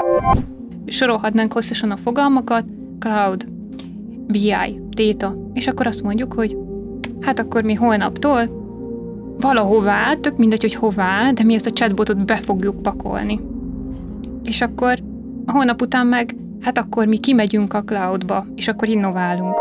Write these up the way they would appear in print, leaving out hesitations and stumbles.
Sorolhatnánk hosszasan a fogalmakat, cloud, BI, data, és akkor azt mondjuk, hogy hát akkor mi holnaptól valahová, tök mindegy, hogy hová, de mi ezt a chatbotot be fogjuk pakolni. És akkor a holnap után meg, hát akkor mi kimegyünk a cloudba, és akkor innoválunk.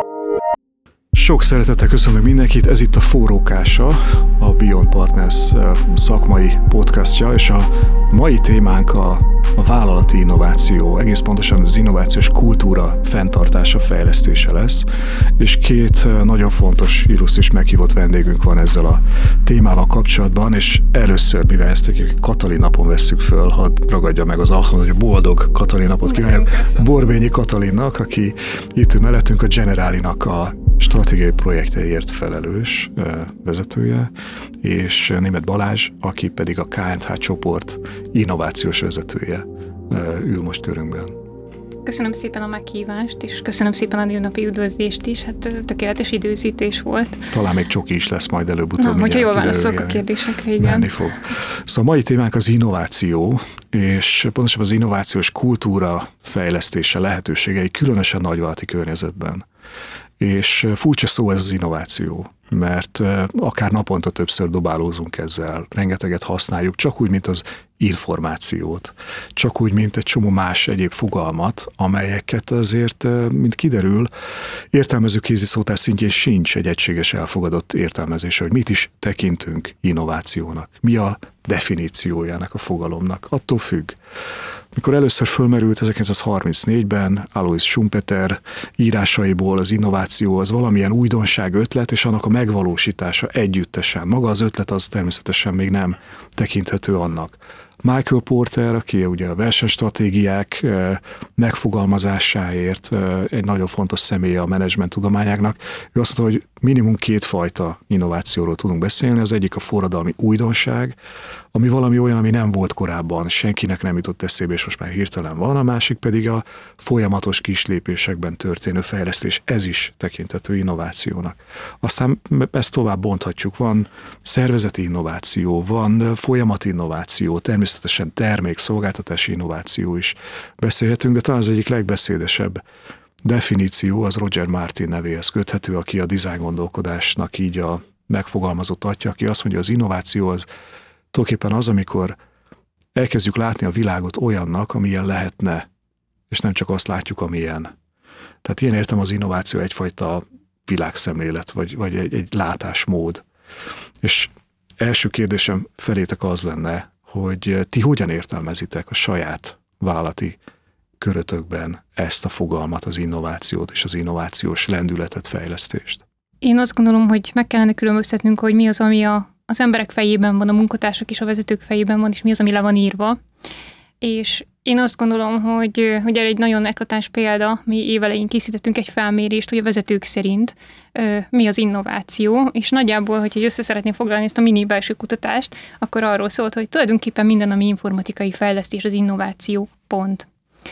Sok szeretettel köszönöm mindenkit, ez itt a Forrókása, a Beyond Partners szakmai podcastja, és a mai témánk a vállalati innováció, egész pontosan az innovációs kultúra fenntartása, fejlesztése lesz, és két nagyon fontos, illusztris meghívott vendégünk van ezzel a témával kapcsolatban, és először, mivel ezt egy Katalin napon vesszük föl, hadd ragadja meg az alkalmat, hogy boldog Katalin napot kívánjuk Borbényi Katalinnak, aki itt ül mellettünk, a Generálinak a stratégiai projekteiért felelős vezetője, és Németh Balázs, aki pedig a KNH csoport innovációs vezetője ül most körünkben. Köszönöm szépen a meghívást, és köszönöm szépen a névnapi üdvözlést is, hát tökéletes időzítés volt. Talán még csoki is lesz majd előbb-utóbb. Na, hogyha jól válaszolok a kérdésekre, igen. Menni fog. Szóval a mai témánk az innováció, és pontosabban az innovációs kultúra fejlesztése lehetőségei, különösen nagyvállalati környezetben. És furcsa szó ez az innováció, mert akár naponta többször dobálózunk ezzel, rengeteget használjuk, csak úgy, mint az információt, csak úgy, mint egy csomó más egyéb fogalmat, amelyeket azért, mint kiderül, értelmező kéziszótár szintjén sincs egy egységes elfogadott értelmezése, hogy mit is tekintünk innovációnak, mi a definíciójának a fogalomnak, attól függ. Mikor először fölmerült 1934-ben Alois Schumpeter írásaiból az innováció az valamilyen újdonság, ötlet, és annak a megvalósítása együttesen. Maga az ötlet az természetesen még nem tekinthető annak. Michael Porter, aki ugye a versenystratégiák megfogalmazásáért egy nagyon fontos személye a menedzsment tudományáknak, ő azt mondta, hogy minimum két fajta innovációról tudunk beszélni. Az egyik a forradalmi újdonság, ami valami olyan, ami nem volt korábban, senkinek nem jutott eszébe, és most már hirtelen van, a másik pedig a folyamatos kislépésekben történő fejlesztés, ez is tekinthető innovációnak. Aztán ezt tovább bonthatjuk, van szervezeti innováció, van folyamatinnováció, természetesen termék-szolgáltatási innováció is beszélhetünk, de talán az egyik legbeszédesebb definíció az Roger Martin nevéhez köthető, aki a design gondolkodásnak így a megfogalmazott atya, aki azt mondja, az innováció az tulajdonképpen az, amikor elkezdjük látni a világot olyannak, amilyen lehetne, és nem csak azt látjuk, amilyen. Tehát ilyen értem az innováció egyfajta világszemlélet, vagy egy látásmód. És első kérdésem felétek az lenne, hogy ti hogyan értelmezitek a saját vállalati körötökben ezt a fogalmat, az innovációt és az innovációs lendületet, fejlesztést? Én azt gondolom, hogy meg kellene különböztetnünk, hogy mi az, ami az emberek fejében van, a munkatársak és a vezetők fejében van, és mi az, ami le van írva. És én azt gondolom, hogy erre egy nagyon eklatáns példa, mi évelején készítettünk egy felmérést, hogy a vezetők szerint mi az innováció, és nagyjából, hogyha össze szeretném foglalni ezt a mini belső kutatást, akkor arról szólt, hogy tulajdonképpen minden, ami informatikai fejlesztés, az innováció, pont.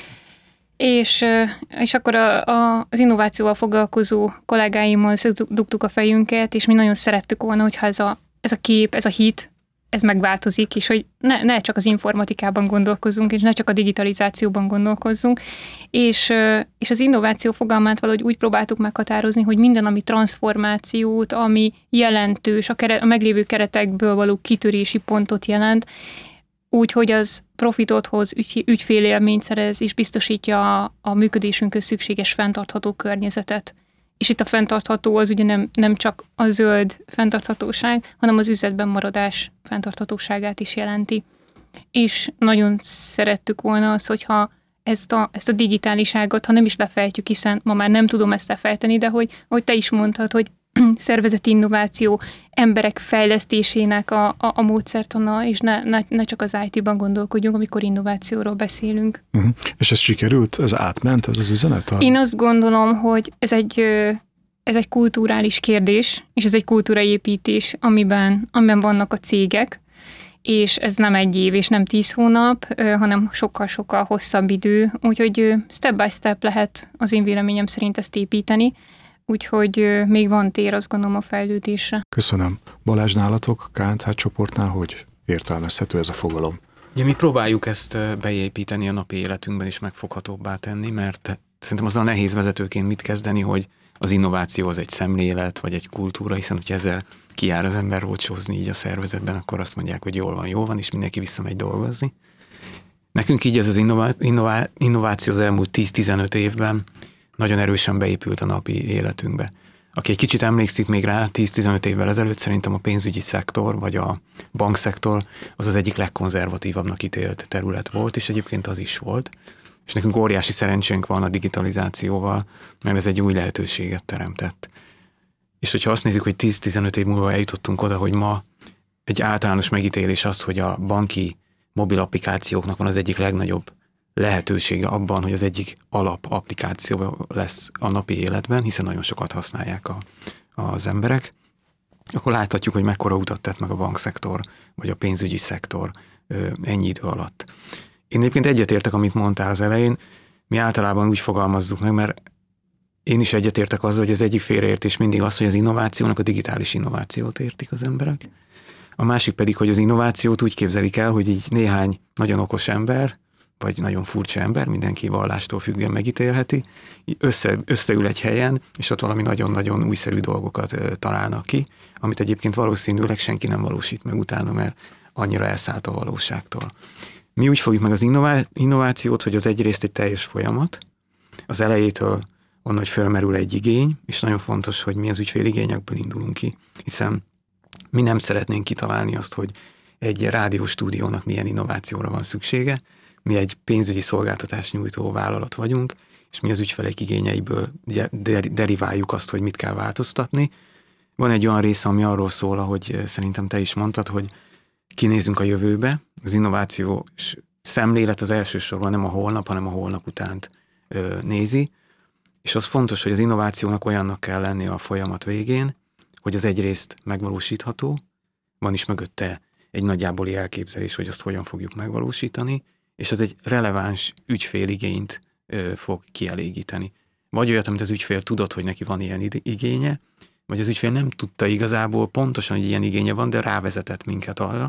És akkor az innovációval foglalkozó kollégáimmal dugtuk a fejünket, és mi nagyon szerettük volna, hogyha ez a kép, ez a hit, ez megváltozik, és hogy ne csak az informatikában gondolkozzunk, és ne csak a digitalizációban gondolkozzunk, és az innováció fogalmát valahogy úgy próbáltuk meghatározni, hogy minden, ami transformációt, ami jelentős, a meglévő keretekből való kitörési pontot jelent, úgyhogy az profitot hoz, ügyfélélményt szerez, és biztosítja a működésünkhöz szükséges fenntartható környezetet. És itt a fenntartható az ugye nem csak a zöld fenntarthatóság, hanem az üzletben maradás fenntarthatóságát is jelenti. És nagyon szerettük volna azt, hogyha ezt a digitális ágat, ha nem is lefejtjük, hiszen ma már nem tudom ezt lefejteni, de hogy te is mondtad, hogy szervezeti innováció, emberek fejlesztésének a módszertana, és ne csak az IT-ban gondolkodjunk, amikor innovációról beszélünk. Uh-huh. És ez sikerült? Ez átment, ez az üzenet? Én azt gondolom, hogy ez egy kulturális kérdés, és ez egy kultúraépítés, amiben vannak a cégek, és ez nem 1 év és nem 10 hónap, hanem sokkal-sokkal hosszabb idő, úgyhogy step by step lehet az én véleményem szerint ezt építeni, úgyhogy még van tér, azt gondolom, a fejlődésre. Köszönöm. Balázs, nálatok KNH csoportnál hogy értelmezhető ez a fogalom? Ugye mi próbáljuk ezt beépíteni a napi életünkben és megfoghatóbbá tenni, mert szerintem azzal nehéz vezetőként mit kezdeni, hogy az innováció az egy szemlélet, vagy egy kultúra, hiszen hogyha ezzel kijár az ember rócsózni így a szervezetben, akkor azt mondják, hogy jól van, és mindenki visszamegy dolgozni. Nekünk így ez az innováció az elmúlt 10-15 évben nagyon erősen beépült a napi életünkbe. Aki egy kicsit emlékszik még rá, 10-15 évvel ezelőtt szerintem a pénzügyi szektor, vagy a bankszektor az az egyik legkonzervatívabbnak ítélt terület volt, és egyébként az is volt. És nekünk óriási szerencsénk van a digitalizációval, mert ez egy új lehetőséget teremtett. És hogyha azt nézzük, hogy 10-15 év múlva eljutottunk oda, hogy ma egy általános megítélés az, hogy a banki mobil applikációknak van az egyik legnagyobb lehetősége abban, hogy az egyik alap applikáció lesz a napi életben, hiszen nagyon sokat használják az emberek, akkor láthatjuk, hogy mekkora utat tett meg a bankszektor, vagy a pénzügyi szektor ennyi idő alatt. Én egyébként egyetértek, amit mondtál az elején, mi általában úgy fogalmazzuk meg, mert én is egyetértek azzal, hogy az egyik félreértés mindig az, hogy az innovációnak a digitális innovációt értik az emberek. A másik pedig, hogy az innovációt úgy képzelik el, hogy így néhány nagyon okos ember, vagy nagyon furcsa ember, mindenki vallástól függően megítélheti, összeül egy helyen, és ott valami nagyon-nagyon újszerű dolgokat találnak ki, amit egyébként valószínűleg senki nem valósít meg utána, mert annyira elszállt a valóságtól. Mi úgy fogjuk meg az innovációt, hogy az egyrészt egy teljes folyamat, az elejétől onnan, hogy fölmerül egy igény, és nagyon fontos, hogy mi az ügyféligényekből indulunk ki, hiszen mi nem szeretnénk kitalálni azt, hogy egy rádióstúdiónak milyen innovációra van szüksége, mi egy pénzügyi szolgáltatás nyújtó vállalat vagyunk, és mi az ügyfelek igényeiből deriváljuk azt, hogy mit kell változtatni. Van egy olyan része, ami arról szól, ahogy szerintem te is mondtad, hogy kinézünk a jövőbe, az innovációs szemlélet az elsősorban nem a holnap, hanem a holnap utánt nézi, és az fontos, hogy az innovációnak olyannak kell lennie a folyamat végén, hogy az egyrészt megvalósítható, van is mögötte egy nagyjáboli elképzelés, hogy azt hogyan fogjuk megvalósítani, és az egy releváns ügyféligényt fog kielégíteni. Vagy olyat, amit az ügyfél tudott, hogy neki van ilyen igénye, vagy az ügyfél nem tudta igazából pontosan, hogy ilyen igénye van, de rávezetett minket arra,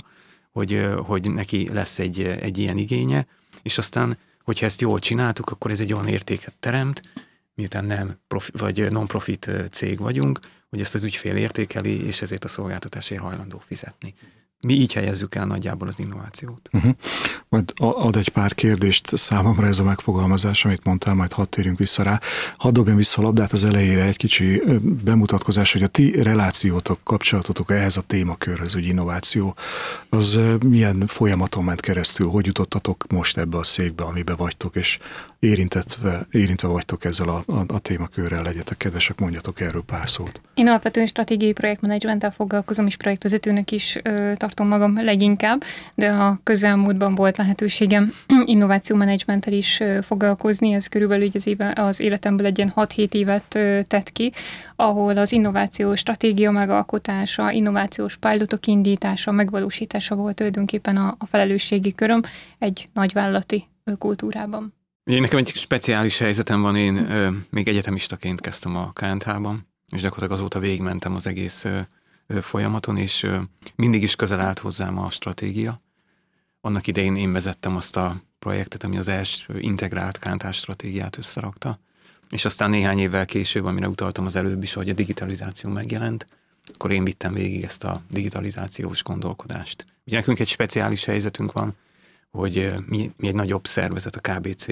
hogy neki lesz egy ilyen igénye, és aztán, hogyha ezt jól csináltuk, akkor ez egy olyan értéket teremt, miután nem vagy non-profit cég vagyunk, hogy ezt az ügyfél értékeli, és ezért a szolgáltatásért hajlandó fizetni. Mi így helyezzük el nagyjából az innovációt. Majd ad egy pár kérdést számomra ez a megfogalmazás, amit mondtál, majd hadd térjünk vissza rá. Hadd dobjam vissza a labdát az elejére, egy kicsi bemutatkozás, hogy a ti relációtok, kapcsolatotok ehhez a témakörhöz, hogy innováció, az milyen folyamaton ment keresztül, hogy jutottatok most ebbe a székbe, amibe vagytok, és érintve vagytok ezzel a témakörrel, legyetek kedvesek, mondjatok erről pár szót. Én alapvetően stratégiai projektmenedzsmenttel foglalkozom, és projektvezetőnek is tartom magam leginkább, de a közelmúltban volt lehetőségem innovációmenedzsmenttel is foglalkozni, ez körülbelül az életemből egy ilyen 6-7 évet tett ki, ahol az innovációs stratégia megalkotása, innovációs pilotok indítása, megvalósítása volt tulajdonképpen a felelősségi köröm egy nagyvállalati kultúrában. Nekem egy speciális helyzetem van, én még egyetemistaként kezdtem a KNTH-ban, és gyakorlatilag azóta végigmentem az egész folyamaton, és mindig is közel állt hozzám a stratégia. Annak idején én vezettem azt a projektet, ami az első integrált KNTH stratégiát összerakta, és aztán néhány évvel később, amire utaltam az előbb is, hogy a digitalizáció megjelent, akkor én vittem végig ezt a digitalizációs gondolkodást. Ugye nekünk egy speciális helyzetünk van, hogy mi egy nagyobb szervezet, a KBC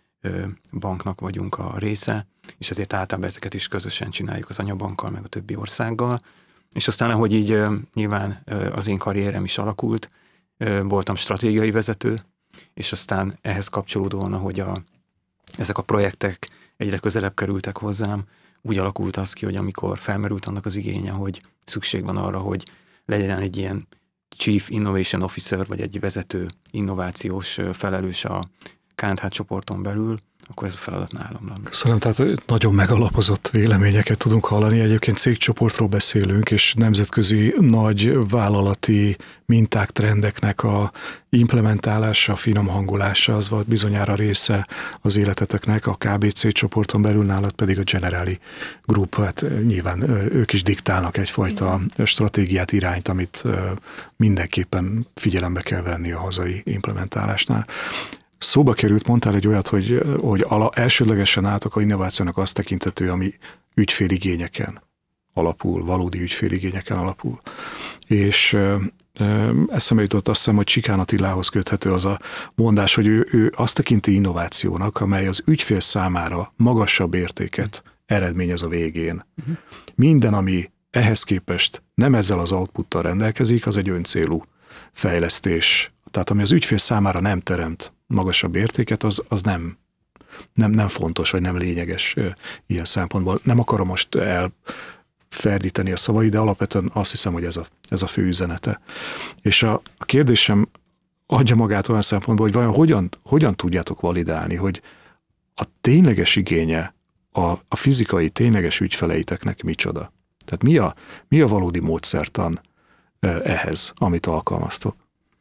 banknak vagyunk a része, és ezért általában ezeket is közösen csináljuk az anyabankkal, meg a többi országgal. És aztán, ahogy így nyilván az én karrierem is alakult, voltam stratégiai vezető, és aztán ehhez kapcsolódóan, ahogy ezek a projektek egyre közelebb kerültek hozzám, úgy alakult az ki, hogy amikor felmerült annak az igénye, hogy szükség van arra, hogy legyen egy ilyen Chief Innovation Officer, vagy egy vezető innovációs felelős a KNH csoporton belül, akkor ez a feladat nálam lenne. Köszönöm, tehát nagyon megalapozott véleményeket tudunk hallani. Egyébként cégcsoportról beszélünk, és nemzetközi nagy vállalati minták, trendeknek a implementálása, finom hangolása, az volt bizonyára része az életeteknek, a KBC csoporton belül, nálad pedig a Generali Group, hát nyilván ők is diktálnak egyfajta stratégiát, irányt, amit mindenképpen figyelembe kell venni a hazai implementálásnál. Szóba került, mondtál egy olyat, hogy elsődlegesen álltok a innovációnak azt tekintető, ami ügyféligényeken alapul, valódi ügyféligényeken alapul. És eszembe jutott, azt hiszem, hogy Csikán Attilához köthető az a mondás, hogy ő azt tekinti innovációnak, amely az ügyfél számára magasabb értéket eredményez a végén. Minden, ami ehhez képest nem ezzel az outputtal rendelkezik, az egy öncélú fejlesztés. Tehát ami az ügyfél számára nem teremt magasabb értéket, az nem fontos, vagy nem lényeges ilyen szempontból. Nem akarom most elferdíteni a szavai, de alapvetően azt hiszem, hogy ez a fő üzenete. És a kérdésem adja magát olyan szempontból, hogy vajon hogyan tudjátok validálni, hogy a tényleges igénye a fizikai tényleges ügyfeleiteknek micsoda? Tehát mi a valódi módszertan ehhez, amit alkalmaztok?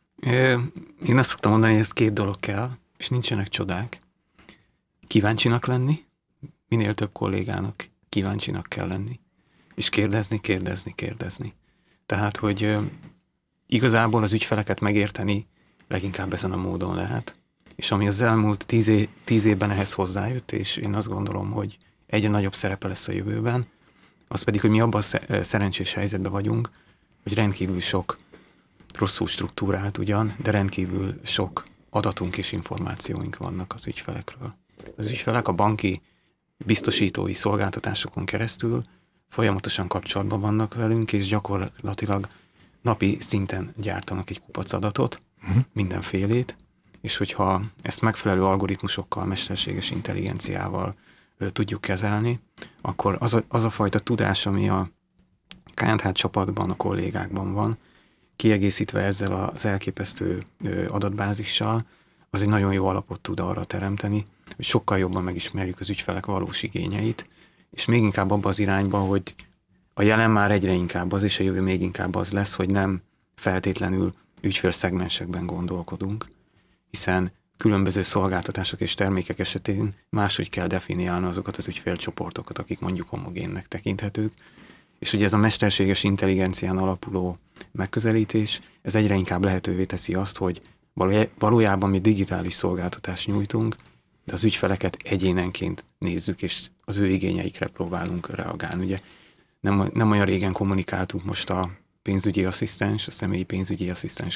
Én azt szoktam mondani, hogy ez 2 dolog kell, és nincsenek csodák. Kíváncsinak lenni, minél több kollégának kíváncsinak kell lenni, és kérdezni. Tehát, hogy igazából az ügyfeleket megérteni leginkább ezen a módon lehet, és ami az elmúlt 10 évben ehhez hozzájött, és én azt gondolom, hogy egyre nagyobb szerepe lesz a jövőben, az pedig, hogy mi abban a szerencsés helyzetben vagyunk, hogy rendkívül sok, rosszul struktúrált ugyan, de rendkívül sok adatunk és információink vannak az ügyfelekről. Az ügyfelek a banki biztosítói szolgáltatásokon keresztül folyamatosan kapcsolatban vannak velünk, és gyakorlatilag napi szinten gyártanak egy kupac adatot, mindenfélét, és hogyha ezt megfelelő algoritmusokkal, mesterséges intelligenciával tudjuk kezelni, akkor az a fajta tudás, ami a KNH csapatban, a kollégákban van, kiegészítve ezzel az elképesztő adatbázissal, az egy nagyon jó alapot tud arra teremteni, hogy sokkal jobban megismerjük az ügyfelek valós igényeit, és még inkább abba az irányba, hogy a jelen már egyre inkább az, és a jövő még inkább az lesz, hogy nem feltétlenül ügyfélszegmensekben gondolkodunk, hiszen különböző szolgáltatások és termékek esetén máshogy kell definiálni azokat az ügyfélcsoportokat, akik mondjuk homogénnek tekinthetők, és ugye ez a mesterséges intelligencián alapuló megközelítés, ez egyre inkább lehetővé teszi azt, hogy valójában mi digitális szolgáltatást nyújtunk, de az ügyfeleket egyénenként nézzük, és az ő igényeikre próbálunk reagálni. Ugye nem olyan régen kommunikáltuk most a pénzügyi asszisztens, a személyi pénzügyi asszisztens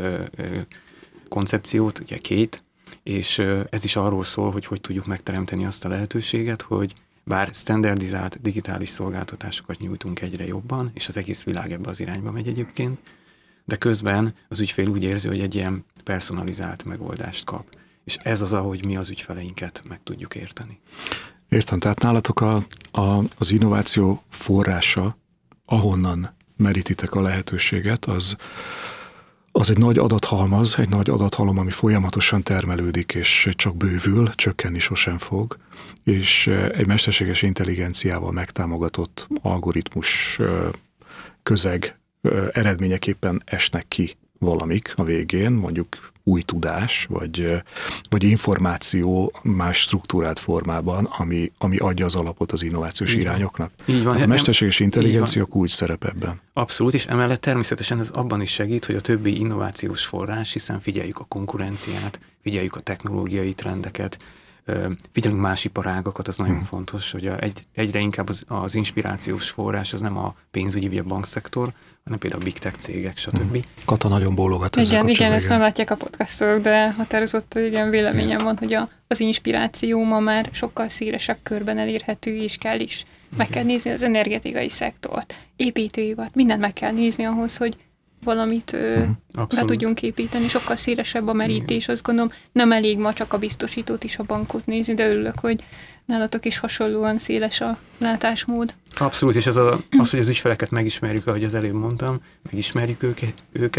koncepciót, ugye 2, és ez is arról szól, hogy tudjuk megteremteni azt a lehetőséget, hogy bár standardizált digitális szolgáltatásokat nyújtunk egyre jobban, és az egész világ ebbe az irányba megy egyébként, de közben az ügyfél úgy érzi, hogy egy ilyen personalizált megoldást kap. És ez az, ahogy mi az ügyfeleinket meg tudjuk érteni. Értem, tehát nálatok az innováció forrása, ahonnan merítitek a lehetőséget, az egy nagy adathalmaz, egy nagy adathalom, ami folyamatosan termelődik, és csak bővül, csökkenni sosem fog, és egy mesterséges intelligenciával megtámogatott algoritmus közeg eredményeképpen esnek ki valamik a végén, mondjuk új tudás, vagy információ más struktúrált formában, ami adja az alapot az innovációs irányoknak. Így van. Hát a mesterséges intelligencia kulcs szerep ebben. Abszolút, és emellett természetesen ez abban is segít, hogy a többi innovációs forrás, hiszen figyeljük a konkurenciát, figyeljük a technológiai trendeket, figyelünk más iparágakat, az nagyon fontos, hogy egyre inkább az inspirációs forrás az nem a pénzügyi vagy a bankszektor, hanem például a big tech cégek, stb. Kata nagyon bólogat ezzel Igen, ezt nem látják a podcastok, de határozott, igen, véleményem van, hogy az inspiráció ma már sokkal szélesebb körben elérhető, és kell is. Meg kell nézni az energetikai szektort, építőipart, mindent meg kell nézni ahhoz, hogy valamit be tudjunk építeni, sokkal szélesebb a merítés, azt gondolom, nem elég ma csak a biztosítót is, a bankot nézni, de örülök, hogy nálatok is hasonlóan széles a látásmód. Abszolút, és az, hogy az ügyfeleket megismerjük, ahogy az előbb mondtam, megismerjük őket,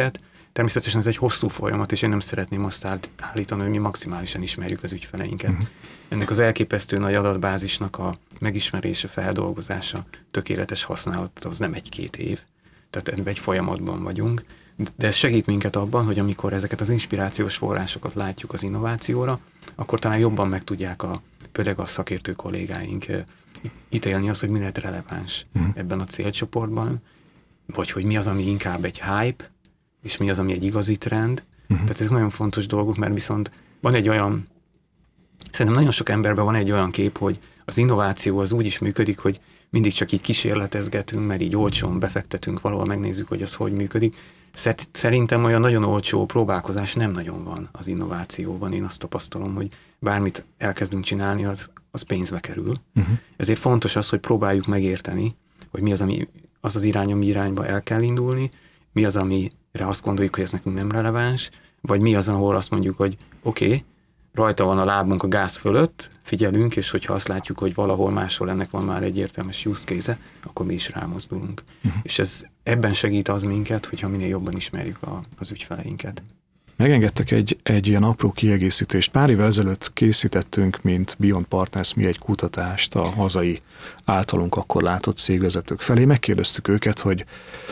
természetesen ez egy hosszú folyamat, és én nem szeretném azt állítani, hogy mi maximálisan ismerjük az ügyfeleinket. Ennek az elképesztő nagy adatbázisnak a megismerése, feldolgozása, tökéletes használata, az nem 1-2 év. Tehát ebben egy folyamatban vagyunk. De ez segít minket abban, hogy amikor ezeket az inspirációs forrásokat látjuk az innovációra, akkor talán jobban meg tudják például a szakértő kollégáink ítélni azt, hogy mi lehet releváns ebben a célcsoportban, vagy hogy mi az, ami inkább egy hype, és mi az, ami egy igazi trend. Tehát ezek nagyon fontos dolgok, mert viszont van egy olyan, szerintem nagyon sok emberben van egy olyan kép, hogy az innováció az úgy is működik, hogy mindig csak így kísérletezgetünk, mert így olcsón befektetünk valahol, megnézzük, hogy az hogy működik. Szerintem olyan nagyon olcsó próbálkozás nem nagyon van az innovációban. Én azt tapasztalom, hogy bármit elkezdünk csinálni, az pénzbe kerül. Ezért fontos az, hogy próbáljuk megérteni, hogy mi az az irány, ami irányba el kell indulni, mi az, amire azt gondoljuk, hogy ez nekünk nem releváns, vagy mi az, ahol azt mondjuk, hogy oké, rajta van a lábunk a gáz fölött, figyelünk, és hogyha azt látjuk, hogy valahol máshol ennek van már egy értelmes use case-e, akkor mi is rámozdulunk. És ebben segít az minket, hogyha minél jobban ismerjük az ügyfeleinket. Megengedtek egy ilyen apró kiegészítést. Pár évvel ezelőtt készítettünk, mint Beyond Partners, mi egy kutatást a hazai általunk akkor látott cégvezetők felé. Megkérdeztük őket, hogy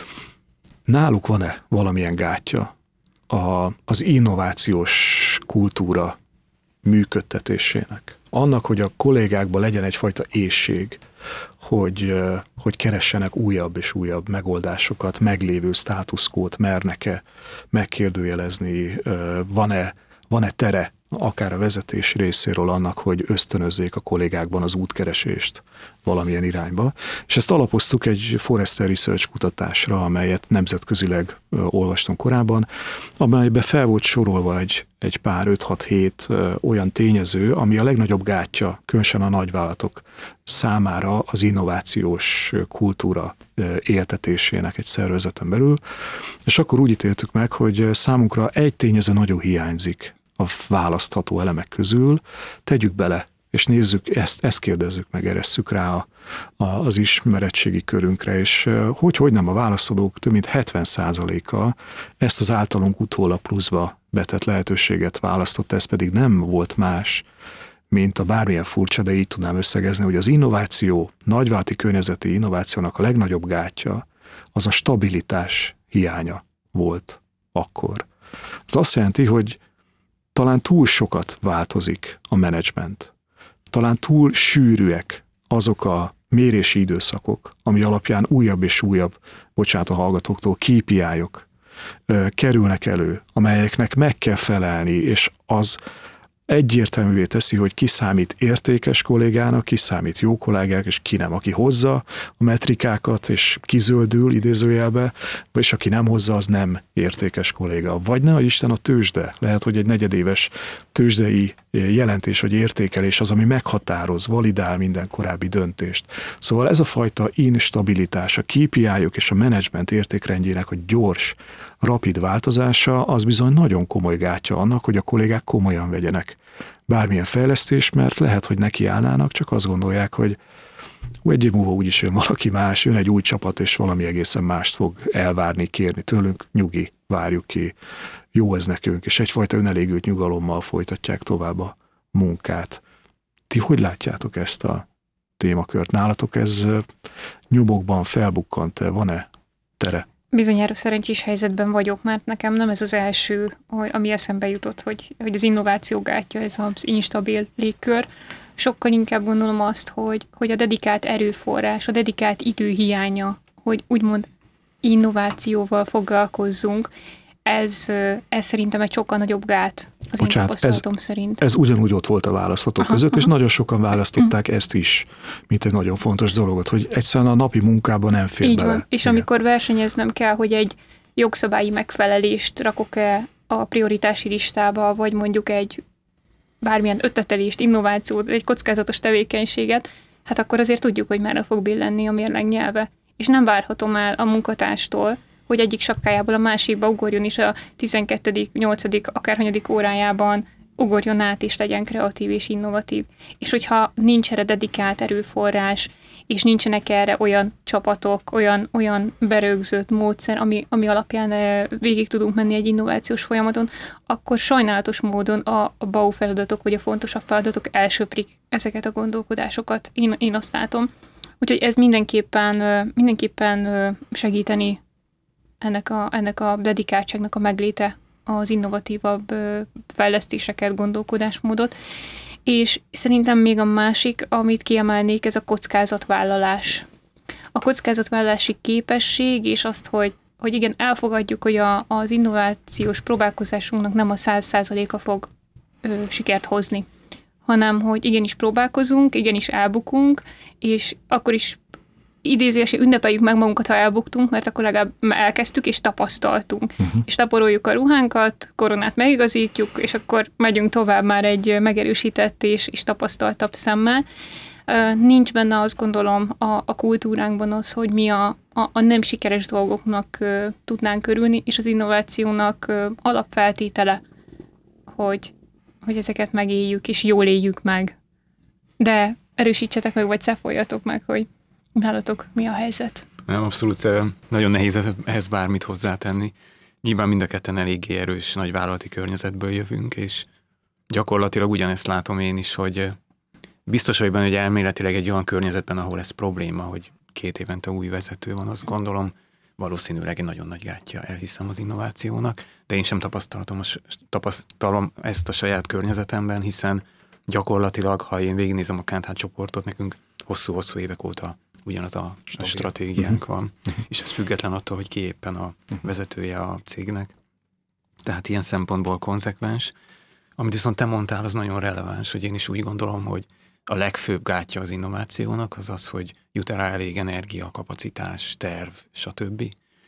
náluk van-e valamilyen gátja az innovációs kultúra működtetésének. Annak, hogy a kollégákban legyen egyfajta éhség, hogy keressenek újabb és újabb megoldásokat, meglévő státuszkót mernek-e megkérdőjelezni, van-e tere akár a vezetés részéről annak, hogy ösztönözzék a kollégákban az útkeresést valamilyen irányba. És ezt alapoztuk egy Forrester Research kutatásra, amelyet nemzetközileg olvastunk korábban, amelyben fel volt sorolva egy pár 5-6-7 olyan tényező, ami a legnagyobb gátja, különösen a nagyvállalatok számára az innovációs kultúra éltetésének egy szervezeten belül. És akkor úgy ítéltük meg, hogy számunkra egy tényező nagyon hiányzik a választható elemek közül, tegyük bele, és nézzük, ezt kérdezzük meg, eresszük rá az ismeretségi körünkre, és hogy nem a válaszadók több mint 70%-a ezt az általunk utólag pluszba betett lehetőséget választott, ez pedig nem volt más, mint a bármilyen furcsa, de így tudnám összegezni, hogy az innováció, nagyvállalati környezeti innovációnak a legnagyobb gátja az a stabilitás hiánya volt akkor. Ez azt jelenti, hogy talán túl sokat változik a menedzsment. Talán túl sűrűek azok a mérési időszakok, ami alapján újabb és újabb, bocsánat a hallgatóktól, KPI-ok kerülnek elő, amelyeknek meg kell felelni, és az egyértelművé teszi, hogy ki számít értékes kollégának, ki számít jó kollégának, és ki nem. Aki hozza a metrikákat, és kizöldül idézőjelbe, és aki nem hozza, az nem értékes kolléga. Vagy ne, Isten, a tőzsde. Lehet, hogy egy negyedéves tőzsdei jelentés vagy értékelés az, ami meghatároz, validál minden korábbi döntést. Szóval ez a fajta instabilitás, a KPI-ok és a menedzsment értékrendjének a gyors, rapid változása, az bizony nagyon komoly gátja annak, hogy a kollégák komolyan vegyenek bármilyen fejlesztés, mert lehet, hogy nekiállnának, csak azt gondolják, hogy egy év múlva úgyis jön valaki más, jön egy új csapat, és valami egészen mást fog elvárni, kérni tőlünk, nyugi, várjuk ki, jó ez nekünk, és egyfajta önelégült nyugalommal folytatják tovább a munkát. Ti hogy látjátok ezt a témakört? Nálatok ez nyomokban felbukkant-e? Van-e tere? Bizonyára szerencsés helyzetben vagyok, mert nekem nem ez az első, ami eszembe jutott, hogy az innováció gátja, ez az instabil légkör. Sokkal inkább gondolom azt, hogy a dedikált erőforrás, a dedikált idő hiánya, hogy úgymond innovációval foglalkozzunk, ez szerintem egy sokkal nagyobb gát az én tapasztalatom szerint. Ez ugyanúgy ott volt a választhatók között, és nagyon sokan választották ezt is, mint egy nagyon fontos dologot, hogy egyszerűen a napi munkában nem fér így bele. Van. És amikor versenyeznem kell, hogy egy jogszabályi megfelelést rakok-e a prioritási listába, vagy mondjuk egy bármilyen ötletelést, innovációt, egy kockázatos tevékenységet, hát akkor azért tudjuk, hogy merre fog billenni a mérleg nyelve. És nem várhatom el a munkatárstól, hogy egyik sapkájából a másikba ugorjon, és a 12., 8., akárhanyadik órájában ugorjon át, és legyen kreatív és innovatív. És hogyha nincs erre dedikált erőforrás, és nincsenek erre olyan csapatok, olyan berögzött módszer, ami alapján végig tudunk menni egy innovációs folyamaton, akkor sajnálatos módon a BAU feladatok, vagy a fontosabb feladatok elsöprik ezeket a gondolkodásokat. Én azt látom. Úgyhogy ez mindenképpen segíteni ennek a dedikáltságnak a megléte, az innovatívabb fejlesztéseket, gondolkodásmódot. És szerintem még a másik, amit kiemelnék, ez a kockázatvállalás. A kockázatvállalási képesség, és azt, hogy igen, elfogadjuk, hogy az innovációs próbálkozásunknak nem a 100%-a fog sikert hozni, hanem hogy igenis próbálkozunk, igenis elbukunk, és akkor is idézőesen ünnepeljük meg magunkat, ha elbuktunk, mert akkor legalább elkezdtük és tapasztaltunk. És taporoljuk a ruhánkat, koronát megigazítjuk, és akkor megyünk tovább már egy megerősített és tapasztaltabb szemmel. Nincs benne, azt gondolom, a kultúránkban az, hogy mi a nem sikeres dolgoknak tudnánk örülni, és az innovációnak alapfeltétele, hogy ezeket megéljük, és jól éljük meg. De erősítsetek meg, vagy cáfoljatok meg, hogy nálatok mi a helyzet? Nem, abszolút nagyon nehéz ehhez bármit hozzátenni. Nyilván mind a ketten eléggé erős nagyvállalati környezetből jövünk, és gyakorlatilag ugyanezt látom én is, hogy biztos vagy benne, hogy elméletileg egy olyan környezetben, ahol ez probléma, hogy 2 évente új vezető van, azt gondolom, valószínűleg egy nagyon nagy gátja, elhiszem, az innovációnak, de én sem tapasztalom ezt a saját környezetemben, hiszen gyakorlatilag, ha én végignézem a KNH csoportot, nekünk hosszú-hosszú évek óta ugyanaz a stratégiánk van, és ez független attól, hogy ki éppen a vezetője a cégnek. Tehát ilyen szempontból konzekvens. Amit viszont te mondtál, az nagyon releváns, hogy én is úgy gondolom, hogy a legfőbb gátja az innovációnak az az, hogy jut rá elég energia, kapacitás, terv, stb.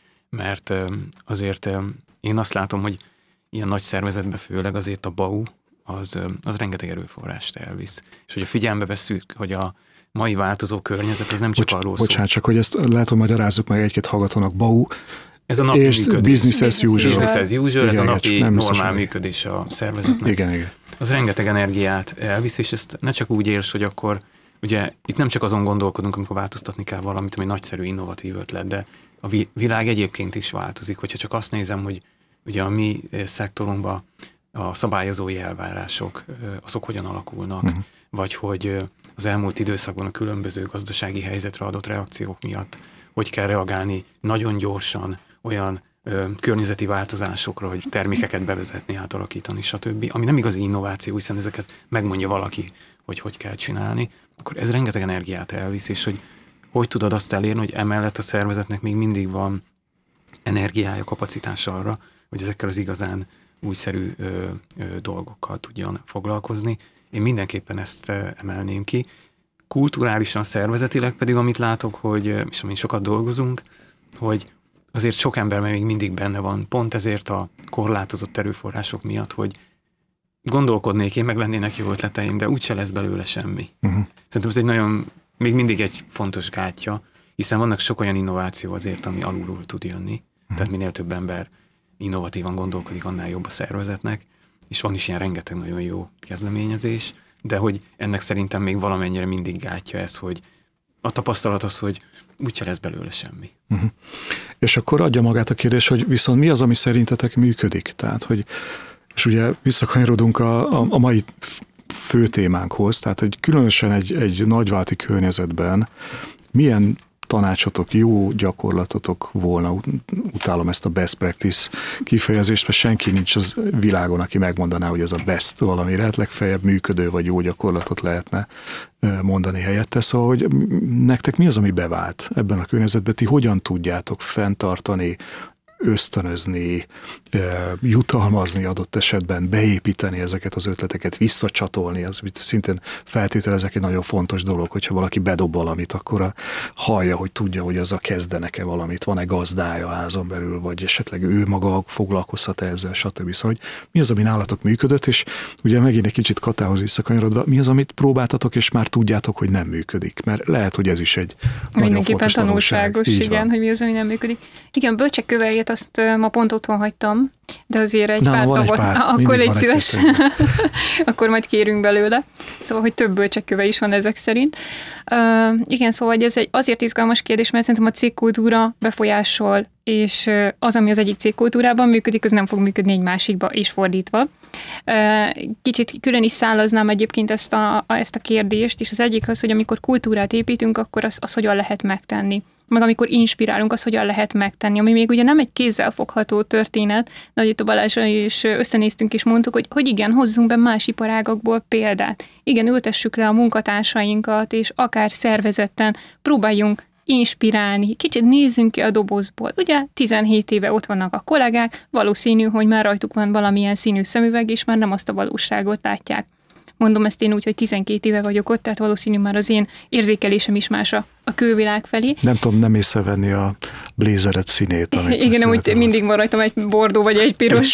Mert azért én azt látom, hogy ilyen nagy szervezetben főleg azért a BAU az rengeteg erőforrást elvisz. És hogyha figyelembe vesszük, hogy a mai változó környezet az nem csak arról szól. Bocsánat, csak hogy ezt lehet, hogy magyarázzuk meg egy-két hallgatónak. BAU ez a napi és működés. Business as usual. Business as usual, ez igen, a napi normál meg. működés a szervezetnek. Igen. Az rengeteg energiát elvisz, és ezt ne csak úgy érts, hogy akkor, ugye itt nem csak azon gondolkodunk, amikor változtatni kell valamit, ami nagyszerű, innovatív ötlet, de a világ egyébként is változik. Hogyha csak azt nézem, hogy ugye a mi szektorunkban a szabályozói elvárások, azok hogyan alakulnak, vagy hogy az elmúlt időszakban a különböző gazdasági helyzetre adott reakciók miatt hogy kell reagálni nagyon gyorsan olyan környezeti változásokra, hogy termékeket bevezetni, átalakítani, stb. Ami nem igazi innováció, hiszen ezeket megmondja valaki, hogy kell csinálni, akkor ez rengeteg energiát elvisz, és hogy tudod azt elérni, hogy emellett a szervezetnek még mindig van energiája, kapacitása arra, hogy ezekkel az igazán újszerű dolgokkal tudjon foglalkozni. Én mindenképpen ezt emelném ki. Kulturálisan, szervezetileg pedig, amit látok, és amin sokat dolgozunk, hogy azért sok ember még mindig benne van, pont ezért a korlátozott erőforrások miatt, hogy gondolkodnék én, meg lennének jó ötleteim, de úgyse lesz belőle semmi. Szerintem ez még mindig egy fontos gátja, hiszen vannak sok olyan innováció azért, ami alulról tud jönni. Tehát minél több ember innovatívan gondolkodik, annál jobb a szervezetnek, és van is ilyen rengeteg nagyon jó kezdeményezés, de hogy ennek szerintem még valamennyire mindig gátja ez, hogy a tapasztalat az, hogy úgyse lesz belőle semmi. És akkor adja magát a kérdés, hogy viszont mi az, ami szerintetek működik? Tehát, hogy, és ugye visszakanyarodunk a mai fő témánkhoz, tehát, hogy különösen egy nagyvállalati környezetben milyen tanácsotok, jó gyakorlatotok volna, utálom ezt a best practice kifejezést, mert senki nincs az világon, aki megmondaná, hogy ez a best valami lehet, legfeljebb működő vagy jó gyakorlatot lehetne mondani helyette. Szóval, hogy nektek mi az, ami bevált ebben a környezetben? Ti hogyan tudjátok fenntartani, ösztönözni, jutalmazni adott esetben, beépíteni ezeket az ötleteket, visszacsatolni, az szintén feltételezek egy nagyon fontos dolog, hogyha valaki bedob valamit, akkor hallja, hogy tudja, hogy az a kezdenek-e valamit, van-e gazdája házon belül, vagy esetleg ő maga foglalkozhat ezzel, stb. Szóval, hogy mi az, ami nálatok működött, és ugye megint egy kicsit Katához visszakanyarodva, mi az, amit próbáltatok, és már tudjátok, hogy nem működik, mert lehet, hogy ez is egy nagyon fontos tanulságos, igen, hogy mi az, ami nem működik. Igen, bölcsek köveljétek azt ma pont otthon hagytam, de azért egy Na, pár van egy tagot, pár. akkor Mindig légy van szíves, akkor majd kérünk belőle. Szóval, hogy több bölcsekköve is van ezek szerint. Igen, szóval hogy ez egy azért izgalmas kérdés, mert szerintem a cégkultúra befolyásol, és az, ami az egyik cégkultúrában működik, az nem fog működni egy másikba, és fordítva. Kicsit külön is szállaznám egyébként ezt a kérdést, és az egyik az, hogy amikor kultúrát építünk, akkor az hogyan lehet megtenni. Meg amikor inspirálunk, az hogyan lehet megtenni. Ami még ugye nem egy kézzelfogható történet, de itt a Balázsra is összenéztünk és mondtuk, hogy igen, hozzunk be más iparágakból példát. Igen, ültessük le a munkatársainkat, és akár szervezetten próbáljunk inspirálni. Kicsit nézzünk ki a dobozból. Ugye 17 éve ott vannak a kollégák, valószínű, hogy már rajtuk van valamilyen színű szemüveg, és már nem azt a valóságot látják. Mondom ezt én úgy, hogy 12 éve vagyok ott, tehát valószínű már az én érzékelésem is más a külvilág felé. Nem tudom nem észrevenni a blézeret színét. Igen, úgy mindig van rajtam egy bordó vagy egy piros.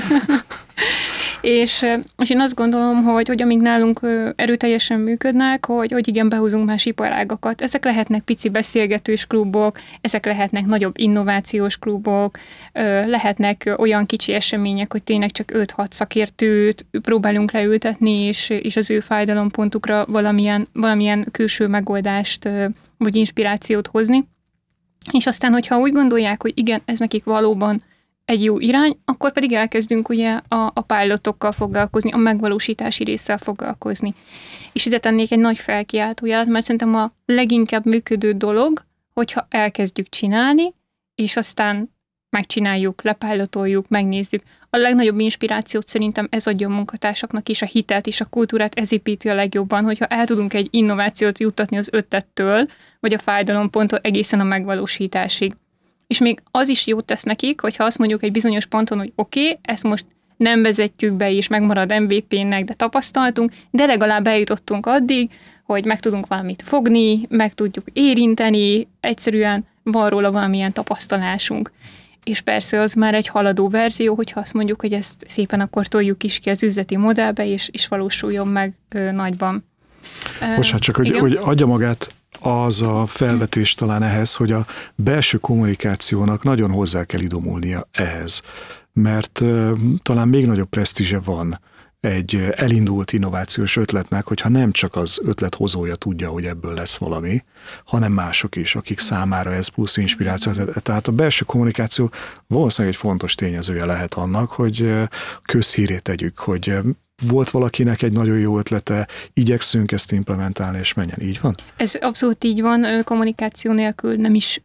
És én azt gondolom, hogy amíg nálunk erőteljesen működnek, hogy igen, behúzunk más iparágakat. Ezek lehetnek pici beszélgetős klubok, ezek lehetnek nagyobb innovációs klubok, lehetnek olyan kicsi események, hogy tényleg csak 5-6 szakértőt próbálunk leültetni, és az ő fájdalompontukra valamilyen külső megoldást vagy inspirációt hozni. És aztán, hogyha úgy gondolják, hogy igen, ez nekik valóban egy jó irány, akkor pedig elkezdünk ugye a pilotokkal foglalkozni, a megvalósítási résszel foglalkozni. És ide tennék egy nagy felkiáltójelet, mert szerintem a leginkább működő dolog, hogyha elkezdjük csinálni, és aztán megcsináljuk, lepilotoljuk, megnézzük. A legnagyobb inspirációt szerintem ez adja a munkatársaknak is, a hitelt és a kultúrát, ez építi a legjobban, hogyha el tudunk egy innovációt juttatni az ötlettől, vagy a fájdalomponttól egészen a megvalósításig. És még az is jót tesz nekik, hogyha azt mondjuk egy bizonyos ponton, hogy oké, ezt most nem vezetjük be, és megmarad MVP-nek, de tapasztaltunk, de legalább eljutottunk addig, hogy meg tudunk valamit fogni, meg tudjuk érinteni, egyszerűen van róla valamilyen tapasztalásunk. És persze az már egy haladó verzió, hogyha azt mondjuk, hogy ezt szépen akkor toljuk is ki az üzleti modellbe, és valósuljon meg nagyban. Bocsánat, csak hogy adja magát az a felvetés talán ehhez, hogy a belső kommunikációnak nagyon hozzá kell idomulnia ehhez, mert talán még nagyobb presztízse van egy elindult innovációs ötletnek, hogyha nem csak az ötlet hozója tudja, hogy ebből lesz valami, hanem mások is, akik számára ez plusz inspiráció. Tehát a belső kommunikáció valószínűleg egy fontos tényezője lehet annak, hogy közhírét tegyük, hogy volt valakinek egy nagyon jó ötlete, igyekszünk ezt implementálni, és menjen. Így van? Ez abszolút így van, kommunikáció nélkül nem is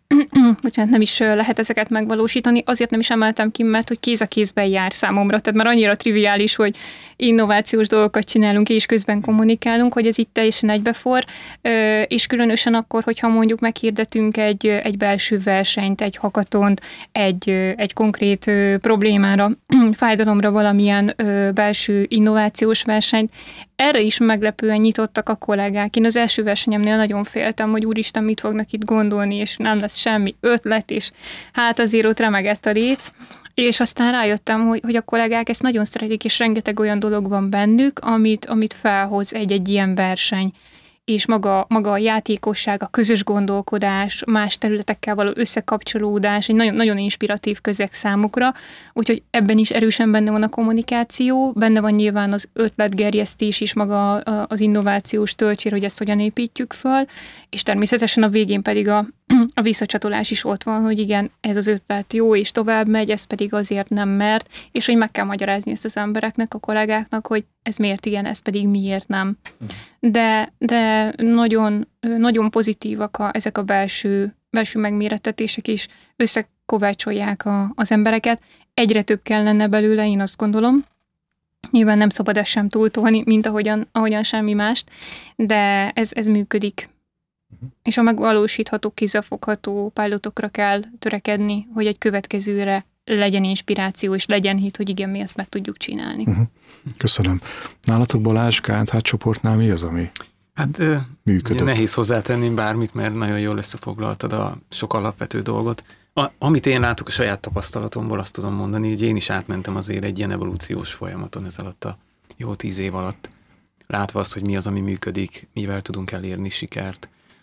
lehet ezeket megvalósítani. Azért nem is emeltem ki, mert hogy kéz a kézben jár számomra. Tehát már annyira triviális, hogy innovációs dolgokat csinálunk, és közben kommunikálunk, hogy ez itt teljesen egybefor, és különösen akkor, hogyha mondjuk meghirdetünk egy belső versenyt, egy hackatont, egy konkrét problémára, fájdalomra valamilyen belső innovációs versenyt. Erre is meglepően nyitottak a kollégák. Én az első versenyemnél nagyon féltem, hogy úristen, mit fognak itt gondolni, és nem lesz semmi ötlet, és hát azért ott remegett a léc. És aztán rájöttem, hogy a kollégák ezt nagyon szeretik, és rengeteg olyan dolog van bennük, amit felhoz egy ilyen verseny. És maga a játékosság, a közös gondolkodás, más területekkel való összekapcsolódás, egy nagyon, nagyon inspiratív közeg számukra, úgyhogy ebben is erősen benne van a kommunikáció, benne van nyilván az ötletgerjesztés is, maga az innovációs töltsér, hogy ezt hogyan építjük föl, és természetesen a végén pedig a visszacsatolás is ott van, hogy igen, ez az ötlet jó, és tovább megy, ez pedig azért nem mert, és hogy meg kell magyarázni ezt az embereknek, a kollégáknak, hogy ez miért igen, ez pedig miért nem. De nagyon, nagyon pozitívak ezek a belső megmérettetések is, összekovácsolják az embereket. Egyre több kellene belőle, én azt gondolom. Nyilván nem szabad ezt sem túltolni, mint ahogyan semmi mást, de ez működik. És a megvalósítható, kézzelfogható pilotokra kell törekedni, hogy egy következőre legyen inspiráció, és legyen hit, hogy igen, mi ezt meg tudjuk csinálni. Köszönöm. Nálatok Balázs, KNH csoportnál mi az, ami működött? Nehéz hozzátenni bármit, mert nagyon jól összefoglaltad a sok alapvető dolgot. Amit én látok a saját tapasztalatomból, azt tudom mondani, hogy én is átmentem azért egy ilyen evolúciós folyamaton ez alatt a jó 10 év alatt, látva azt, hogy mi az, ami működik, mivel tudunk elérni sikert.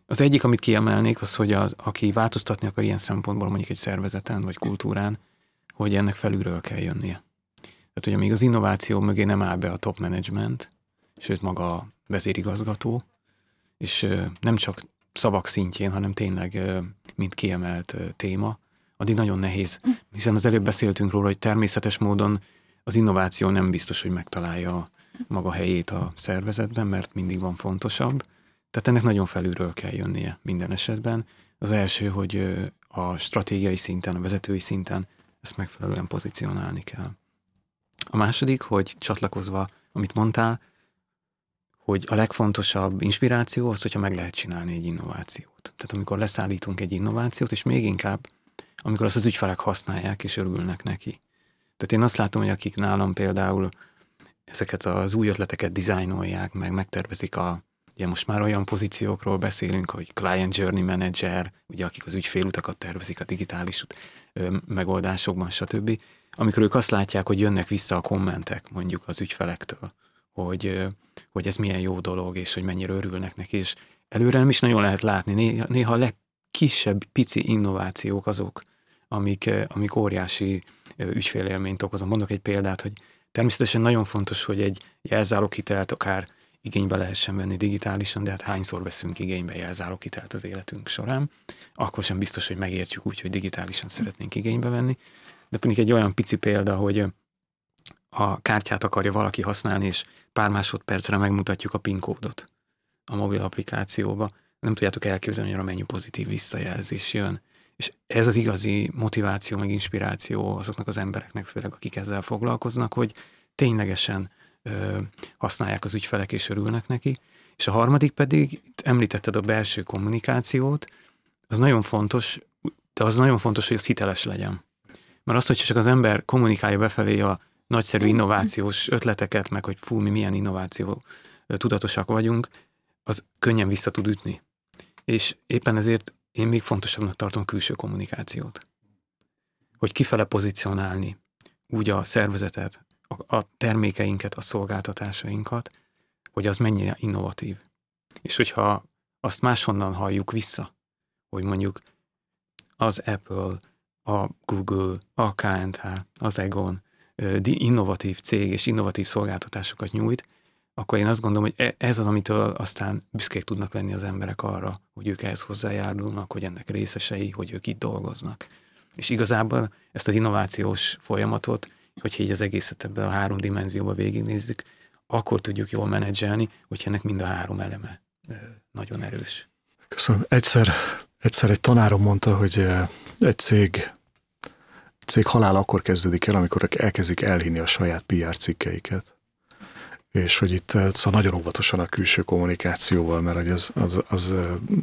Az egyik, amit kiemelnék, az, hogy aki változtatni akar ilyen szempontból mondjuk egy szervezeten vagy kultúrán, hogy ennek felülről kell jönnie. Tehát, hogy amíg az innováció mögé nem áll be a top management, sőt maga a vezérigazgató, és nem csak szavak szintjén, hanem tényleg mint kiemelt téma, addig nagyon nehéz. Hiszen az előbb beszéltünk róla, hogy természetes módon az innováció nem biztos, hogy megtalálja maga helyét a szervezetben, mert mindig van fontosabb. Tehát ennek nagyon felülről kell jönnie minden esetben. Az első, hogy a stratégiai szinten, a vezetői szinten ezt megfelelően pozícionálni kell. A második, hogy csatlakozva, amit mondtál, hogy a legfontosabb inspiráció az, hogyha meg lehet csinálni egy innovációt. Tehát amikor leszállítunk egy innovációt, és még inkább, amikor azt az ügyfelek használják és örülnek neki. Tehát én azt látom, hogy akik nálam például ezeket az új ötleteket dizájnolják, megtervezik ugye most már olyan pozíciókról beszélünk, hogy Client Journey Manager, ugye akik az ügyfélutakat tervezik a digitális megoldásokban, stb. Amikor ők azt látják, hogy jönnek vissza a kommentek mondjuk az ügyfelektől, hogy ez milyen jó dolog, és hogy mennyire örülnek neki, és előre nem is nagyon lehet látni. Néha a legkisebb, pici innovációk azok, amik óriási ügyfélélményt okoznak. Mondok egy példát, hogy természetesen nagyon fontos, hogy egy jelzáloghitelt akár igénybe lehessen venni digitálisan, de hát hányszor veszünk igénybe jelzáloghitelt az életünk során, akkor sem biztos, hogy megértjük úgy, hogy digitálisan szeretnénk igénybe venni. De pedig egy olyan pici példa, hogy a kártyát akarja valaki használni, és pár másodpercre megmutatjuk a PIN kódot a mobil applikációba. Nem tudjátok elképzelni, hogy a menü pozitív visszajelzés jön. És ez az igazi motiváció, meg inspiráció azoknak az embereknek, főleg akik ezzel foglalkoznak, hogy ténylegesen használják az ügyfelek és örülnek neki. És a harmadik pedig, itt említetted a belső kommunikációt, az nagyon fontos, de az nagyon fontos, hogy az hiteles legyen. Mert az, hogy csak az ember kommunikálja befelé a nagyszerű innovációs ötleteket, meg hogy fú, mi milyen innováció tudatosak vagyunk, az könnyen vissza tud ütni. És éppen ezért én még fontosabbnak tartom a külső kommunikációt. Hogy kifele pozícionálni úgy a szervezetet, a termékeinket, a szolgáltatásainkat, hogy az mennyire innovatív. És hogyha azt máshonnan halljuk vissza, hogy mondjuk az Apple, a Google, a KNH, az Egon innovatív cég és innovatív szolgáltatásokat nyújt, akkor én azt gondolom, hogy ez az, amitől aztán büszkék tudnak lenni az emberek arra, hogy ők ehhez hozzájárulnak, hogy ennek részesei, hogy ők itt dolgoznak. És igazából ezt az innovációs folyamatot, hogyha így az egészet ebben a 3 dimenzióban végignézzük, akkor tudjuk jól menedzselni, hogyha ennek mind a 3 eleme nagyon erős. Köszönöm. Egyszer egy tanárom mondta, hogy egy cég halála akkor kezdődik el, amikor elkezdik elhinni a saját PR cikkeiket. És hogy itt szóval nagyon óvatosan a külső kommunikációval, mert hogy az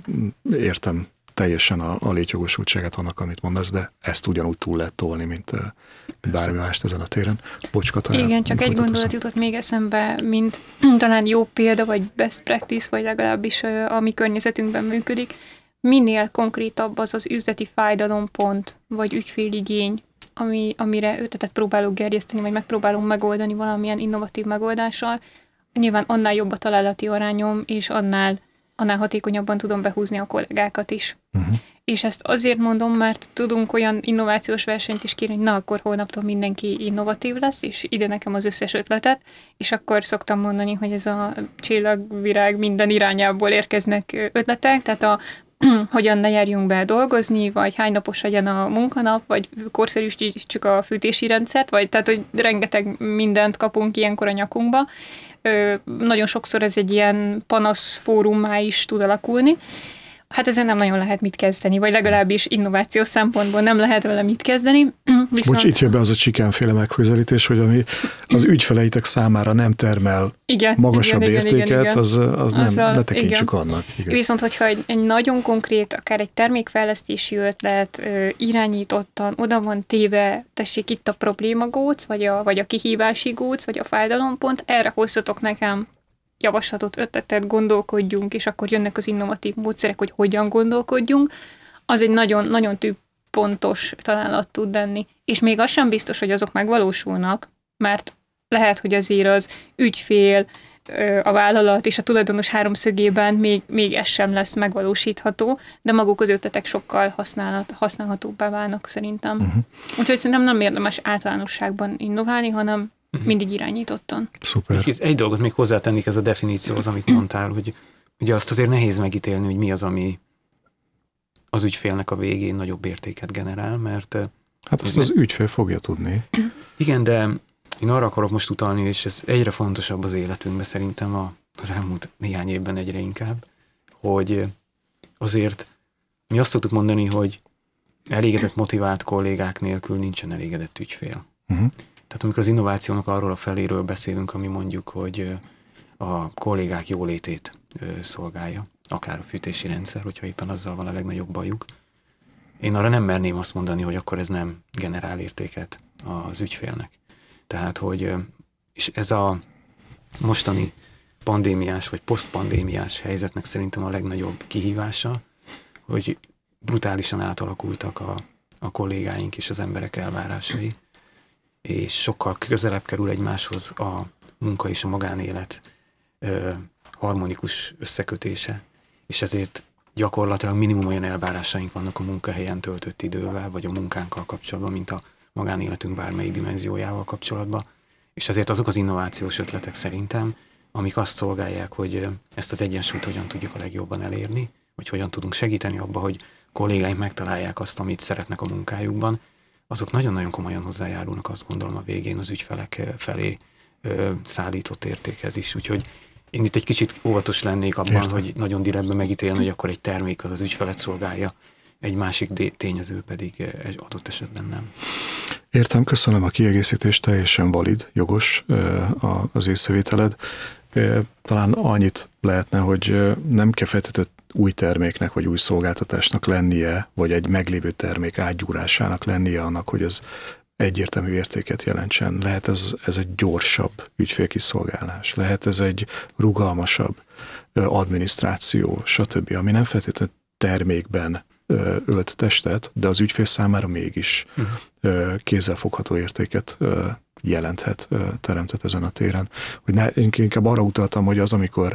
értem teljesen a létjogosultságát annak, amit mondasz, de ezt ugyanúgy túl lehet tolni, mint bármi mást ezen a téren. Bocs, Katalin. Igen, csak egy gondolat jutott még eszembe, mint talán jó példa, vagy best practice, vagy legalábbis a mi környezetünkben működik. Minél konkrétabb az az üzleti fájdalompont, vagy ügyféligény, amire ötletet próbálunk gerjeszteni, vagy megpróbálunk megoldani valamilyen innovatív megoldással, nyilván annál jobb a találati arányom, és annál hatékonyabban tudom behúzni a kollégákat is. Uh-huh. És ezt azért mondom, mert tudunk olyan innovációs versenyt is kérni, hogy na, akkor holnaptól mindenki innovatív lesz, és ide nekem az összes ötletet, és akkor szoktam mondani, hogy ez a csillagvirág minden irányából érkeznek ötletek, tehát hogyan ne járjunk be dolgozni, vagy hány napos legyen a munkanap, vagy korszerűsítsük a fűtési rendszert, vagy tehát, hogy rengeteg mindent kapunk ilyenkor a nyakunkba. Nagyon sokszor ez egy ilyen panaszfórummá is tud alakulni. Hát ezen nem nagyon lehet mit kezdeni, vagy legalábbis innovációs szempontból nem lehet vele mit kezdeni. Viszont... Bocs, itt jön be az a csikánféle megközelítés, hogy ami az ügyfeleitek számára nem termel magasabb értéket, az nem, ne tekintsük annak. Igen. Viszont, hogyha egy nagyon konkrét, akár egy termékfejlesztési ötlet irányítottan oda van téve, tessék itt a problémagóc, vagy a kihívási góc, vagy a fájdalompont, erre hozzatok nekem javaslatot, ötletet, gondolkodjunk, és akkor jönnek az innovatív módszerek, hogy hogyan gondolkodjunk, az egy nagyon, nagyon pontos találat tud lenni. És még az sem biztos, hogy azok megvalósulnak, mert lehet, hogy azért az ügyfél a vállalat és a tulajdonos háromszögében még ez sem lesz megvalósítható, de maguk az ötletek sokkal használhatóbbá válnak szerintem. Úgyhogy szerintem nem érdemes általánosságban innoválni, hanem mindig irányítottan. Szuper. Egy dolgot még hozzátennék ez a definícióhoz, amit mondtál, hogy ugye azt azért nehéz megítélni, hogy mi az, ami az ügyfélnek a végén nagyobb értéket generál, mert... Hát azt az ügyfél fogja tudni. Igen, de én arra akarok most utalni, és ez egyre fontosabb az életünkben szerintem az elmúlt néhány évben egyre inkább, hogy azért mi azt szoktuk mondani, hogy elégedett, motivált kollégák nélkül nincsen elégedett ügyfél. Tehát amikor az innovációnak arról a feléről beszélünk, ami mondjuk, hogy a kollégák jólétét szolgálja, akár a fűtési rendszer, hogyha éppen azzal van a legnagyobb bajuk, én arra nem merném azt mondani, hogy akkor ez nem generál értéket az ügyfélnek. Tehát, hogy és ez a mostani pandémiás vagy posztpandémiás helyzetnek szerintem a legnagyobb kihívása, hogy brutálisan átalakultak a kollégáink és az emberek elvárásai, és sokkal közelebb kerül egymáshoz a munka és a magánélet harmonikus összekötése, és ezért gyakorlatilag minimum olyan elvárásaink vannak a munkahelyen töltött idővel, vagy a munkánkkal kapcsolatban, mint a magánéletünk bármelyik dimenziójával kapcsolatban. És ezért azok az innovációs ötletek szerintem, amik azt szolgálják, hogy ezt az egyensúlyt hogyan tudjuk a legjobban elérni, vagy hogyan tudunk segíteni abba, hogy kollégáink megtalálják azt, amit szeretnek a munkájukban, azok nagyon-nagyon komolyan hozzájárulnak, azt gondolom, a végén az ügyfelek felé szállított értékhez is. Úgyhogy én itt egy kicsit óvatos lennék abban, hogy nagyon direktben megítélni, hogy akkor egy termék az ügyfelet szolgálja, egy másik tényező pedig egy adott esetben nem. Értem, köszönöm a kiegészítést, teljesen valid, jogos az észrevételed. Talán annyit lehetne, hogy nem kell feltétlenül új terméknek vagy új szolgáltatásnak lennie, vagy egy meglévő termék átgyúrásának lennie annak, hogy ez egyértelmű értéket jelentsen. Lehet ez egy gyorsabb ügyfélkiszolgálás, lehet ez egy rugalmasabb adminisztráció, stb., ami nem feltétlenül termékben ölt testet, de az ügyfél számára mégis kézzelfogható értéket jelenthet, teremthet ezen a téren. Hogy inkább arra utaltam, hogy az, amikor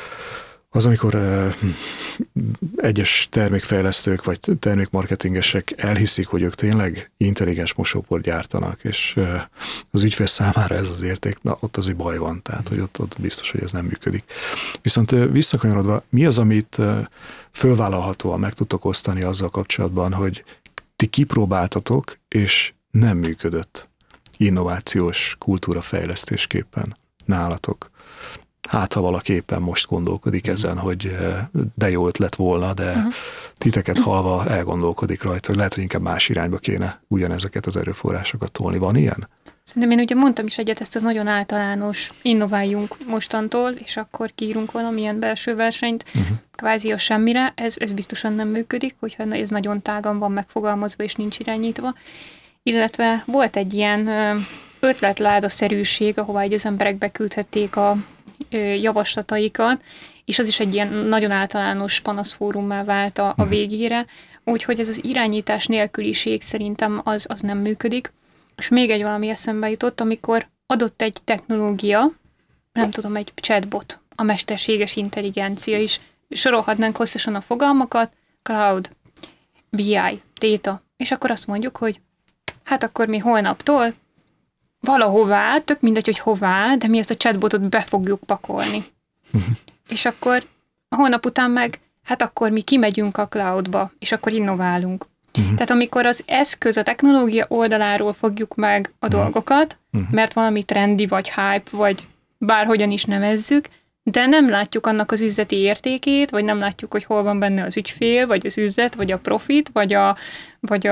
egyes termékfejlesztők vagy termékmarketingesek elhiszik, hogy ők tényleg intelligens mosóport gyártanak, és az ügyfél számára ez az érték, na ott azért baj van, tehát hogy ott biztos, hogy ez nem működik. Viszont visszakanyarodva, mi az, amit fölvállalhatóan meg tudtok osztani azzal kapcsolatban, hogy ti kipróbáltatok, és nem működött innovációs kultúrafejlesztésképpen nálatok? Hát, ha valaki éppen most gondolkodik ezen, hogy de jó ötlet volna, de titeket halva elgondolkodik rajta, hogy lehet, hogy inkább más irányba kéne ugyanezeket az erőforrásokat tolni. Van ilyen? Szerintem én ugye mondtam is egyet, ezt az nagyon általános innováljunk mostantól, és akkor kiírunk valamilyen belső versenyt, kvázi a semmire, ez biztosan nem működik, hogyha ez nagyon tágan van megfogalmazva és nincs irányítva. Illetve volt egy ilyen ötletláda-szerűség, ahová az emberek beküldhették a javaslataikat, és az is egy ilyen nagyon általános panaszfórummá vált a végére, úgyhogy ez az irányítás nélküliség szerintem az nem működik. És még egy valami eszembe jutott, amikor adott egy technológia, nem tudom, egy chatbot, a mesterséges intelligencia is, sorolhatnánk hosszasan a fogalmakat, cloud, BI, data, és akkor azt mondjuk, hogy hát akkor mi holnaptól valahová, tök mindegy, hogy hová, de mi ezt a chatbotot be fogjuk pakolni. És akkor a hónap után meg, hát akkor mi kimegyünk a cloudba, és akkor innoválunk. Tehát amikor az eszköz, a technológia oldaláról fogjuk meg a dolgokat, mert valami trendi, vagy hype, vagy bárhogyan is nevezzük, de nem látjuk annak az üzleti értékét, vagy nem látjuk, hogy hol van benne az ügyfél, vagy az üzlet, vagy a profit, vagy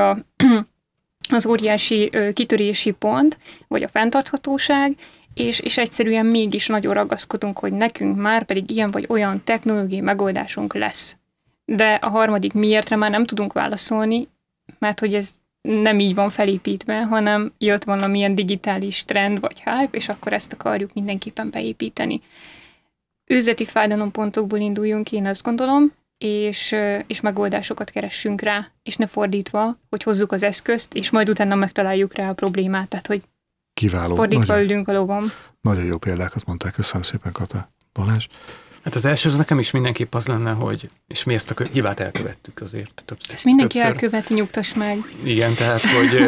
az óriási kitörési pont, vagy a fenntarthatóság, és egyszerűen mégis nagyon ragaszkodunk, hogy nekünk már pedig ilyen vagy olyan technológiai megoldásunk lesz. De a harmadik miértre már nem tudunk válaszolni, mert hogy ez nem így van felépítve, hanem jött valamilyen digitális trend vagy hype, és akkor ezt akarjuk mindenképpen beépíteni. Üzleti fájdalompontokból induljunk, én azt gondolom, és megoldásokat keressünk rá, és ne fordítva, hogy hozzuk az eszközt, és majd utána megtaláljuk rá a problémát, tehát hogy kiváló. Fordítva ülünk a lovon. Nagyon jó példákat mondták, köszönöm szépen, Kata. Balázs? Hát az első az nekem is mindenképp az lenne, hogy, és mi ezt a hibát elkövettük azért többször. Ezt mindenki elköveti, nyugtass meg. Igen, tehát, hogy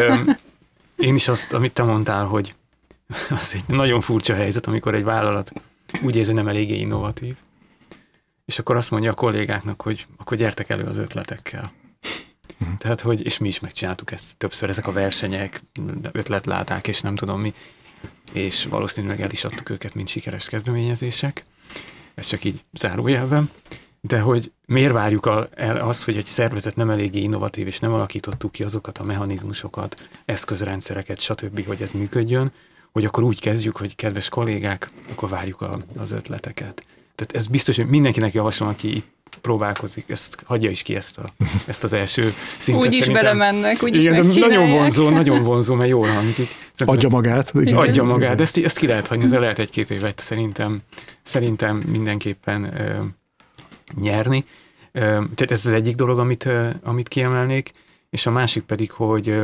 én is azt, amit te mondtál, hogy az egy nagyon furcsa helyzet, amikor egy vállalat úgy érzi, hogy nem eléggé innovatív, és akkor azt mondja a kollégáknak, hogy akkor gyertek elő az ötletekkel. Tehát, hogy, és mi is megcsináltuk ezt többször, ezek a versenyek, ötletláták, és nem tudom mi, és valószínűleg el is adtuk őket, mint sikeres kezdeményezések. Ez csak így zárójelben. De hogy miért várjuk el azt, hogy egy szervezet nem eléggé innovatív, és nem alakítottuk ki azokat a mechanizmusokat, eszközrendszereket, stb., hogy ez működjön, hogy akkor úgy kezdjük, hogy kedves kollégák, akkor várjuk az ötleteket. Tehát ez biztos, hogy mindenkinek javaslom, aki itt próbálkozik, ezt hagyja is ki ezt az első szintet. Úgy is belemennek, úgy is igen, megcsinálják. nagyon vonzó, mert jól hangzik. Adja magát. Igen. Adja magát, ezt ki lehet hagyni, ezzel lehet 1-2 évet szerintem mindenképpen nyerni. Tehát ez az egyik dolog, amit kiemelnék, és a másik pedig, hogy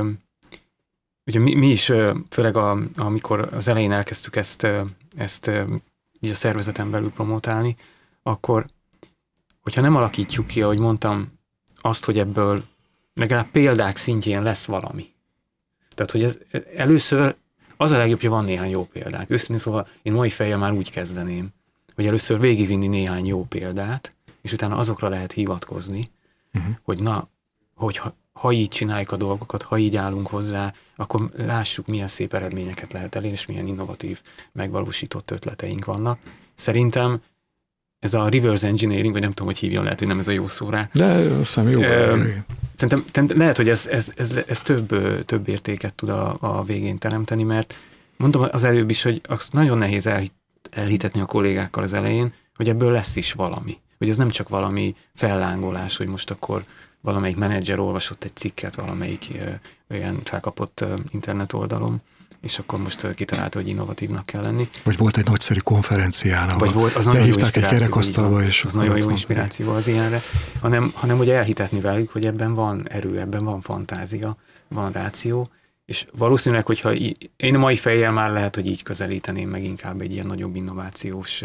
ugye mi is, főleg amikor az elején elkezdtük ezt így a szervezeten belül promotálni, akkor, hogyha nem alakítjuk ki, ahogy mondtam, azt, hogy ebből legalább példák szintjén lesz valami. Tehát, hogy ez először az a legjobb, hogy van néhány jó példák. Őszintén szóval én mai fejjel már úgy kezdeném, hogy először végigvinni néhány jó példát, és utána azokra lehet hivatkozni, hogy hogy ha így csináljuk a dolgokat, ha így állunk hozzá, akkor lássuk, milyen szép eredményeket lehet elérni, és milyen innovatív, megvalósított ötleteink vannak. Szerintem ez a reverse engineering, vagy nem tudom, hogy hívjon, lehet, hogy nem ez a jó szó rá. De azt hiszem jó. Szerintem lehet, hogy ez több értéket tud a végén teremteni, mert mondtam az előbb is, hogy azt nagyon nehéz elhitetni a kollégákkal az elején, hogy ebből lesz is valami. Hogy ez nem csak valami fellángolás, hogy most akkor valamelyik menedzser olvasott egy cikket valamelyik olyan felkapott internet oldalon, és akkor most kitalálta, hogy innovatívnak kell lenni. Vagy volt egy nagyszerű konferencián, vagy volt, az behívták egy kerekasztalba, és az nagyon jó inspiráció az ilyenre, hanem hogy elhitetni velük, hogy ebben van erő, ebben van fantázia, van ráció, és valószínűleg, hogyha én a mai fejjel már lehet, hogy így közelíteném meg inkább egy ilyen nagyobb innovációs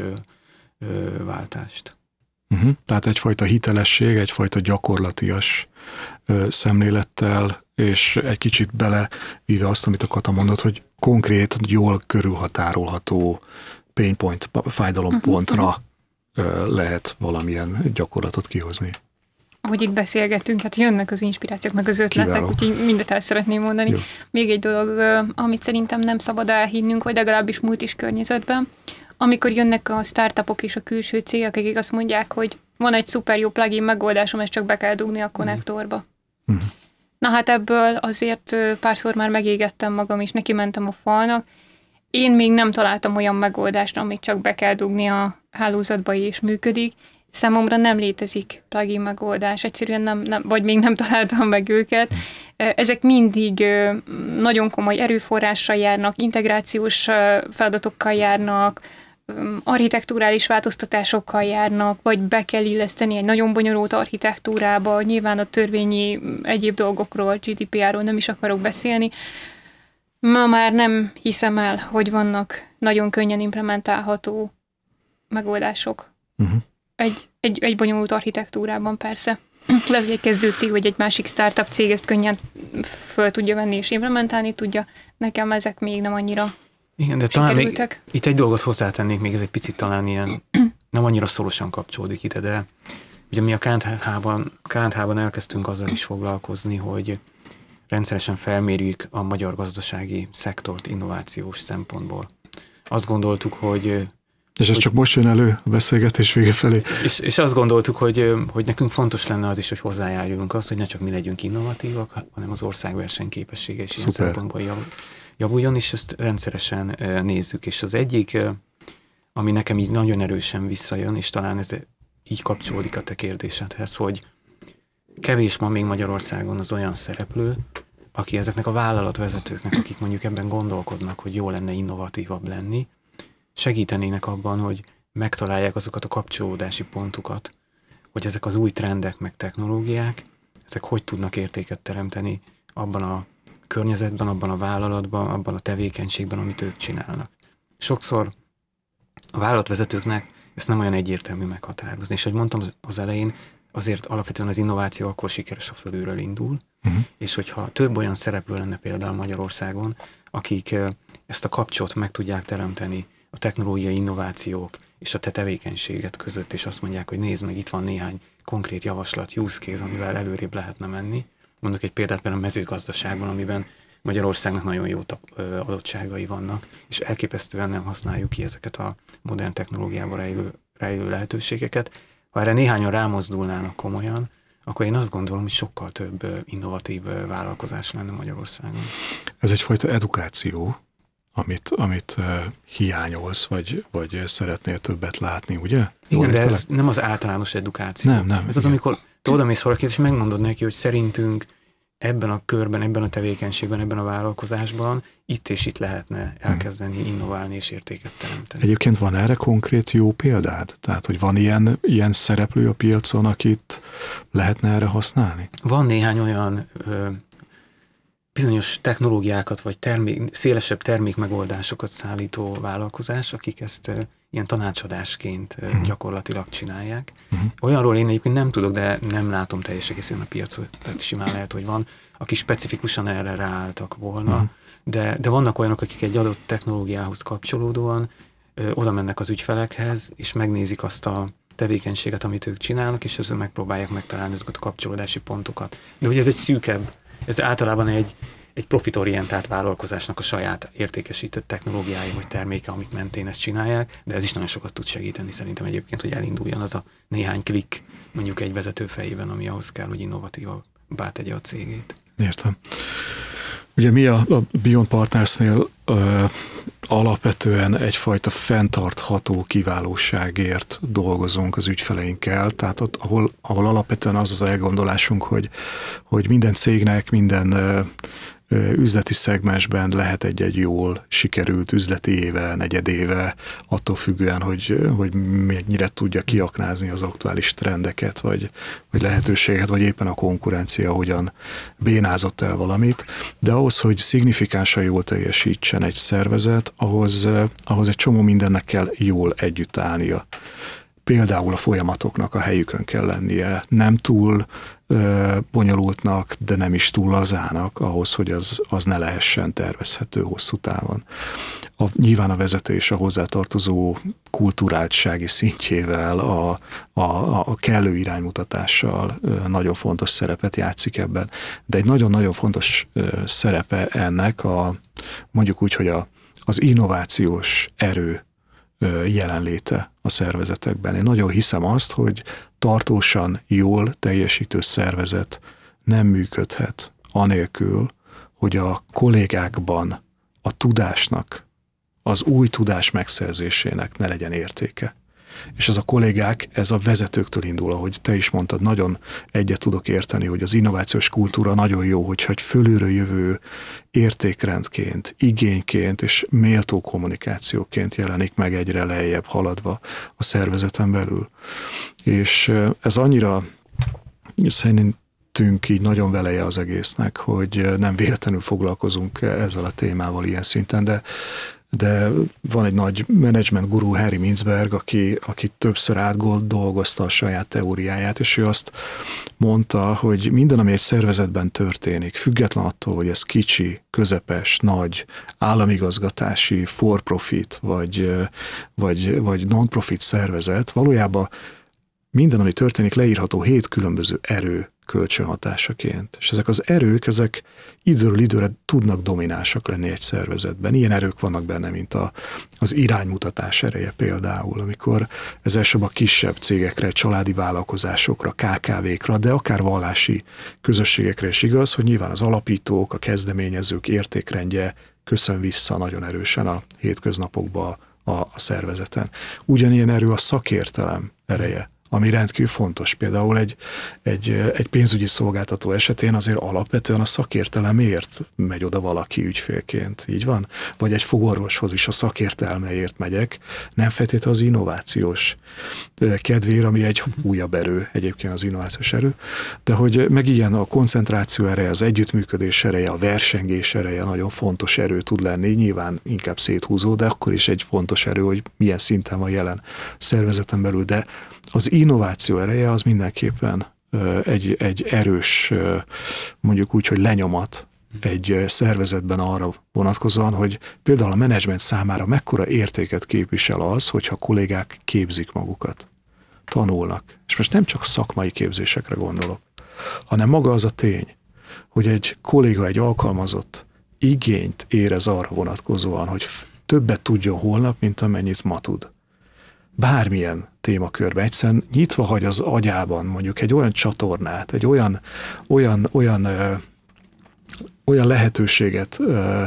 váltást. Tehát egyfajta hitelesség, egyfajta gyakorlatias szemlélettel, és egy kicsit belevíve azt, amit a Kata mondott, hogy konkrét, jól körülhatárolható pain point, fájdalompontra lehet valamilyen gyakorlatot kihozni. Ahogy itt beszélgettünk, hát jönnek az inspirációk, meg az ötletek, Kiváló. úgyhogy mindet el szeretném mondani. Jó. Még egy dolog, amit szerintem nem szabad elhinnünk, vagy legalábbis múlt is környezetben, amikor jönnek a startupok és a külső cégek, akik azt mondják, hogy van egy szuper jó plugin megoldásom, ezt csak be kell dugni a konnektorba. Na hát ebből azért párszor már megégettem magam, és neki mentem a falnak. Én még nem találtam olyan megoldást, amit csak be kell dugni a hálózatba és működik. Számomra nem létezik plugin megoldás, egyszerűen nem, vagy még nem találtam meg őket. Ezek mindig nagyon komoly erőforrással járnak, integrációs feladatokkal járnak, architekturális változtatásokkal járnak, vagy be kell illeszteni egy nagyon bonyolult architektúrába, nyilván a törvényi egyéb dolgokról, GDPR-ról nem is akarok beszélni. Ma már nem hiszem el, hogy vannak nagyon könnyen implementálható megoldások. Egy bonyolult architektúrában persze. Lehet, hogy egy kezdő cég, vagy egy másik startup cég ezt könnyen föl tudja venni és implementálni tudja. Nekem ezek még nem annyira igen, de talán sikerültek. még itt egy dolgot hozzátennék, még ez egy picit talán ilyen nem annyira szorosan kapcsolódik ide, de ugye mi a KNH-ban elkezdtünk azzal is foglalkozni, hogy rendszeresen felmérjük a magyar gazdasági szektort innovációs szempontból. Azt gondoltuk, hogy és ez csak most jön elő a beszélgetés vége felé. És azt gondoltuk, hogy nekünk fontos lenne az is, hogy hozzájáruljunk az, hogy ne csak mi legyünk innovatívak, hanem az ország versenyképessége is ilyen szempontból javuljon, és ezt rendszeresen nézzük. És az egyik, ami nekem így nagyon erősen visszajön, és talán ez így kapcsolódik a te kérdésedhez, hogy kevés ma még Magyarországon az olyan szereplő, aki ezeknek a vállalatvezetőknek, akik mondjuk ebben gondolkodnak, hogy jó lenne innovatívabb lenni, segítenének abban, hogy megtalálják azokat a kapcsolódási pontokat, hogy ezek az új trendek meg technológiák, ezek hogy tudnak értéket teremteni abban a környezetben, abban a vállalatban, abban a tevékenységben, amit ők csinálnak. Sokszor a vállalatvezetőknek ezt nem olyan egyértelmű meghatározni. És ahogy mondtam az elején, azért alapvetően az innováció akkor sikeres, ha fölülről indul, és hogyha több olyan szereplő lenne például Magyarországon, akik ezt a kapcsot meg tudják teremteni a technológiai innovációk és a te tevékenységet között, és azt mondják, hogy nézd meg, itt van néhány konkrét javaslat, use case, amivel előrébb lehetne menni. Mondok egy példát például a mezőgazdaságban, amiben Magyarországnak nagyon jó adottságai vannak, és elképesztően nem használjuk ki ezeket a modern technológiában rejlő lehetőségeket. Ha erre néhányan rámozdulnának komolyan, akkor én azt gondolom, hogy sokkal több innovatív vállalkozás lenne Magyarországon. Ez egyfajta edukáció, amit hiányolsz, vagy szeretnél többet látni, ugye? Igen, de ez nem az általános edukáció. Nem. Ez az, amikor te odamész valakit, és megmondod neki, hogy szerintünk ebben a körben, ebben a tevékenységben, ebben a vállalkozásban itt és itt lehetne elkezdeni innoválni és értéket teremteni. Egyébként van erre konkrét jó példád? Tehát, hogy van ilyen szereplő a piacon, akit lehetne erre használni? Van néhány olyan bizonyos technológiákat, vagy szélesebb termékmegoldásokat szállító vállalkozás, akik ezt ilyen tanácsadásként gyakorlatilag csinálják. Olyanról én egyébként nem tudok, de nem látom teljes egészében a piacot, tehát simán lehet, hogy van, akik specifikusan erre ráálltak volna, de vannak olyanok, akik egy adott technológiához kapcsolódóan oda mennek az ügyfelekhez, és megnézik azt a tevékenységet, amit ők csinálnak, és ezzel megpróbálják megtalálni azokat a kapcsolódási pontokat. De ugye ez egy szűkebb, ez általában egy profitorientált vállalkozásnak a saját értékesített technológiái vagy terméke, amik mentén ezt csinálják, de ez is nagyon sokat tud segíteni szerintem egyébként, hogy elinduljon az a néhány klikk mondjuk egy vezető fejében, ami ahhoz kell, hogy innovatívabbá tegye a cégét. Értem. Ugye mi a Beyond Partnersnél alapvetően egyfajta fenntartható kiválóságért dolgozunk az ügyfeleinkkel, tehát ott, ahol alapvetően az elgondolásunk, hogy minden cégnek, minden üzleti szegmensben lehet egy jól sikerült üzleti éve, negyedéve, attól függően, hogy mennyire tudja kiaknázni az aktuális trendeket, vagy lehetőséget, vagy éppen a konkurencia hogyan bénázott el valamit, de ahhoz, hogy szignifikánsan jól teljesítsen egy szervezet, ahhoz egy csomó mindennek kell jól együtt állnia. Például a folyamatoknak a helyükön kell lennie, nem túl bonyolultnak, de nem is túl lazának ahhoz, hogy az ne lehessen tervezhető hosszú távon. Nyilván a vezetés a hozzátartozó kulturáltsági szintjével, a kellő iránymutatással nagyon fontos szerepet játszik ebben, de egy nagyon-nagyon fontos szerepe ennek mondjuk úgy, hogy az innovációs erő jelenléte a szervezetekben. Én nagyon hiszem azt, hogy tartósan jól teljesítő szervezet nem működhet anélkül, hogy a kollégákban a tudásnak, az új tudás megszerzésének ne legyen értéke. És ez a kollégák, ez a vezetőktől indul, ahogy te is mondtad, nagyon egyet tudok érteni, hogy az innovációs kultúra nagyon jó, hogyha egy fölülről jövő értékrendként, igényként és méltó kommunikációként jelenik meg egyre lejjebb haladva a szervezeten belül. És ez annyira szerintünk így nagyon veleje az egésznek, hogy nem véletlenül foglalkozunk ezzel a témával ilyen szinten, de van egy nagy menedzsment gurú, Harry Mintzberg, aki többször átdolgozta a saját teóriáját, és ő azt mondta, hogy minden, ami egy szervezetben történik, független attól, hogy ez kicsi, közepes, nagy, államigazgatási, for-profit, vagy non-profit szervezet, valójában minden, ami történik, leírható 7 különböző erő kölcsönhatásaként. És ezek az erők, ezek időről időre tudnak dominánsak lenni egy szervezetben. Ilyen erők vannak benne, mint az iránymutatás ereje például, amikor ez elsőbb a kisebb cégekre, családi vállalkozásokra, KKV-kra, de akár vallási közösségekre is igaz, hogy nyilván az alapítók, a kezdeményezők értékrendje köszön vissza nagyon erősen a hétköznapokba a szervezeten. Ugyanilyen erő a szakértelem ereje ami rendkívül fontos. Például egy pénzügyi szolgáltató esetén azért alapvetően a szakértelemért megy oda valaki ügyfélként, így van? Vagy egy fogorvoshoz is a szakértelmeért megyek, nem feltétlenül az innovációs kedvéért, ami egy újabb erő, egyébként az innovációs erő, de hogy meg ilyen a koncentráció ereje, az együttműködés ereje, a versengés ereje nagyon fontos erő tud lenni, nyilván inkább széthúzó, de akkor is egy fontos erő, hogy milyen szinten van jelen szervezeten belül, de az innováció ereje az mindenképpen egy erős, mondjuk úgy, hogy lenyomat egy szervezetben arra vonatkozóan, hogy például a menedzsment számára mekkora értéket képvisel az, hogyha kollégák képzik magukat, tanulnak. És most nem csak szakmai képzésekre gondolok, hanem maga az a tény, hogy egy kolléga, egy alkalmazott igényt érez arra vonatkozóan, hogy többet tudjon holnap, mint amennyit ma tud. Bármilyen témakörben egyszerűen nyitva hagy az agyában mondjuk egy olyan csatornát, egy olyan lehetőséget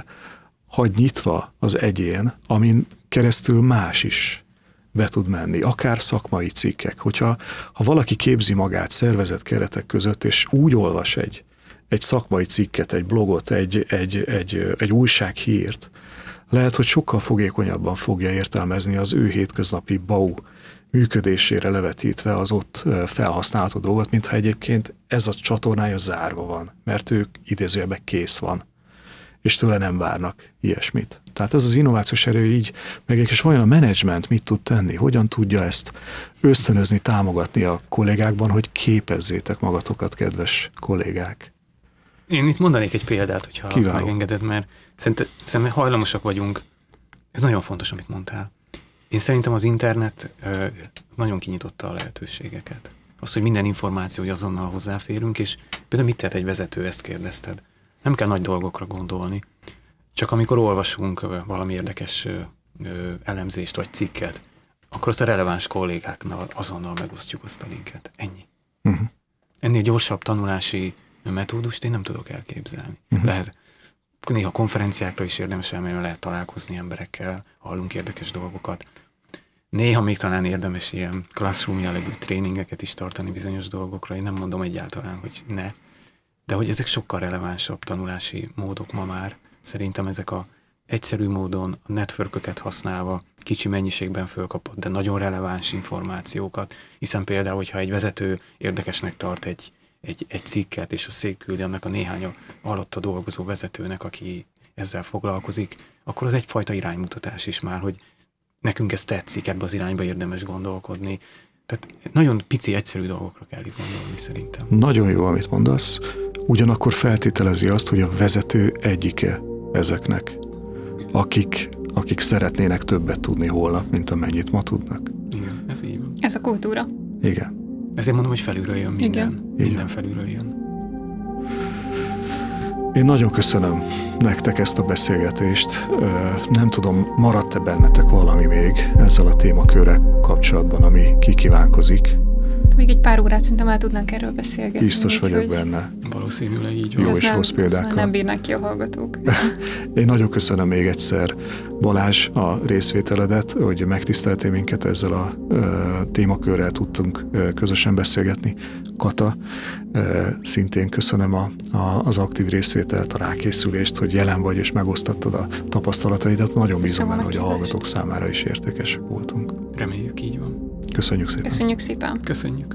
hagy nyitva az egyén, amin keresztül más is be tud menni, akár szakmai cikkek. Ha valaki képzi magát szervezett keretek között, és úgy olvas egy szakmai cikket, egy blogot, egy újsághírt, lehet, hogy sokkal fogékonyabban fogja értelmezni az ő hétköznapi BAU működésére levetítve az ott felhasználható dolgot, mintha egyébként ez a csatornája zárva van, mert ők idézőjelben kész van, és tőle nem várnak ilyesmit. Tehát ez az innovációs erő így, és vajon a menedzsment mit tud tenni, hogyan tudja ezt ösztönözni, támogatni a kollégákban, hogy képezzétek magatokat, kedves kollégák. Én itt mondanék egy példát, hogyha Kiváló. Megengeded, mert szerintem hajlamosak vagyunk. Ez nagyon fontos, amit mondtál. Én szerintem az internet nagyon kinyitotta a lehetőségeket. Az, hogy minden információ, hogy azonnal hozzáférünk, és például mit tehet egy vezető, ezt kérdezted. Nem kell nagy dolgokra gondolni. Csak amikor olvasunk valami érdekes elemzést vagy cikket, akkor azt a releváns kollégáknál azonnal megosztjuk azt a linket. Ennyi. Uh-huh. Ennél gyorsabb tanulási metódust én nem tudok elképzelni. Lehet, néha konferenciákra is érdemes elmenni, lehet találkozni emberekkel, hallunk érdekes dolgokat. Néha még talán érdemes ilyen classroom jellegű tréningeket is tartani bizonyos dolgokra. Én nem mondom egyáltalán, hogy ne, de hogy ezek sokkal relevánsabb tanulási módok ma már. Szerintem ezek a egyszerű módon a networköket használva kicsi mennyiségben fölkapott, de nagyon releváns információkat, hiszen például, hogyha egy vezető érdekesnek tart egy cikket, és a szétküldi annak a néhány alatta dolgozó vezetőnek, aki ezzel foglalkozik, akkor az egyfajta iránymutatás is már, hogy nekünk ez tetszik, ebbe az irányba érdemes gondolkodni. Tehát nagyon pici, egyszerű dolgokra kell itt gondolni szerintem. Nagyon jó, amit mondasz, ugyanakkor feltételezi azt, hogy a vezető egyike ezeknek, akik szeretnének többet tudni holnap, mint amennyit ma tudnak. Igen, ez így van. Ez a kultúra. Igen. Ezért mondom, hogy felülről jön minden. Igen. Minden felülről jön. Én nagyon köszönöm nektek ezt a beszélgetést. Nem tudom, maradt-e bennetek valami még ezzel a témakörrel kapcsolatban, ami kikívánkozik? Még egy pár órát szerintem el tudnánk erről beszélgetni. Biztos vagyok benne. Valószínűleg így van. Jó és rossz példákkal. Nem bírnák ki a hallgatók. Én nagyon köszönöm még egyszer, Balázs, a részvételedet, hogy megtiszteltél minket ezzel a témakörrel tudtunk közösen beszélgetni. Kata, szintén köszönöm az aktív részvételt, a rákészülést, hogy jelen vagy és megosztottad a tapasztalataidat. Nagyon bízom benne, hogy a hallgatók számára is értékesek voltunk. Reméljük, így van. Köszönjük szépen. Köszönjük szépen. Köszönjük.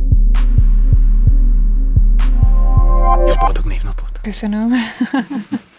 És boldog névnapot! Köszönöm.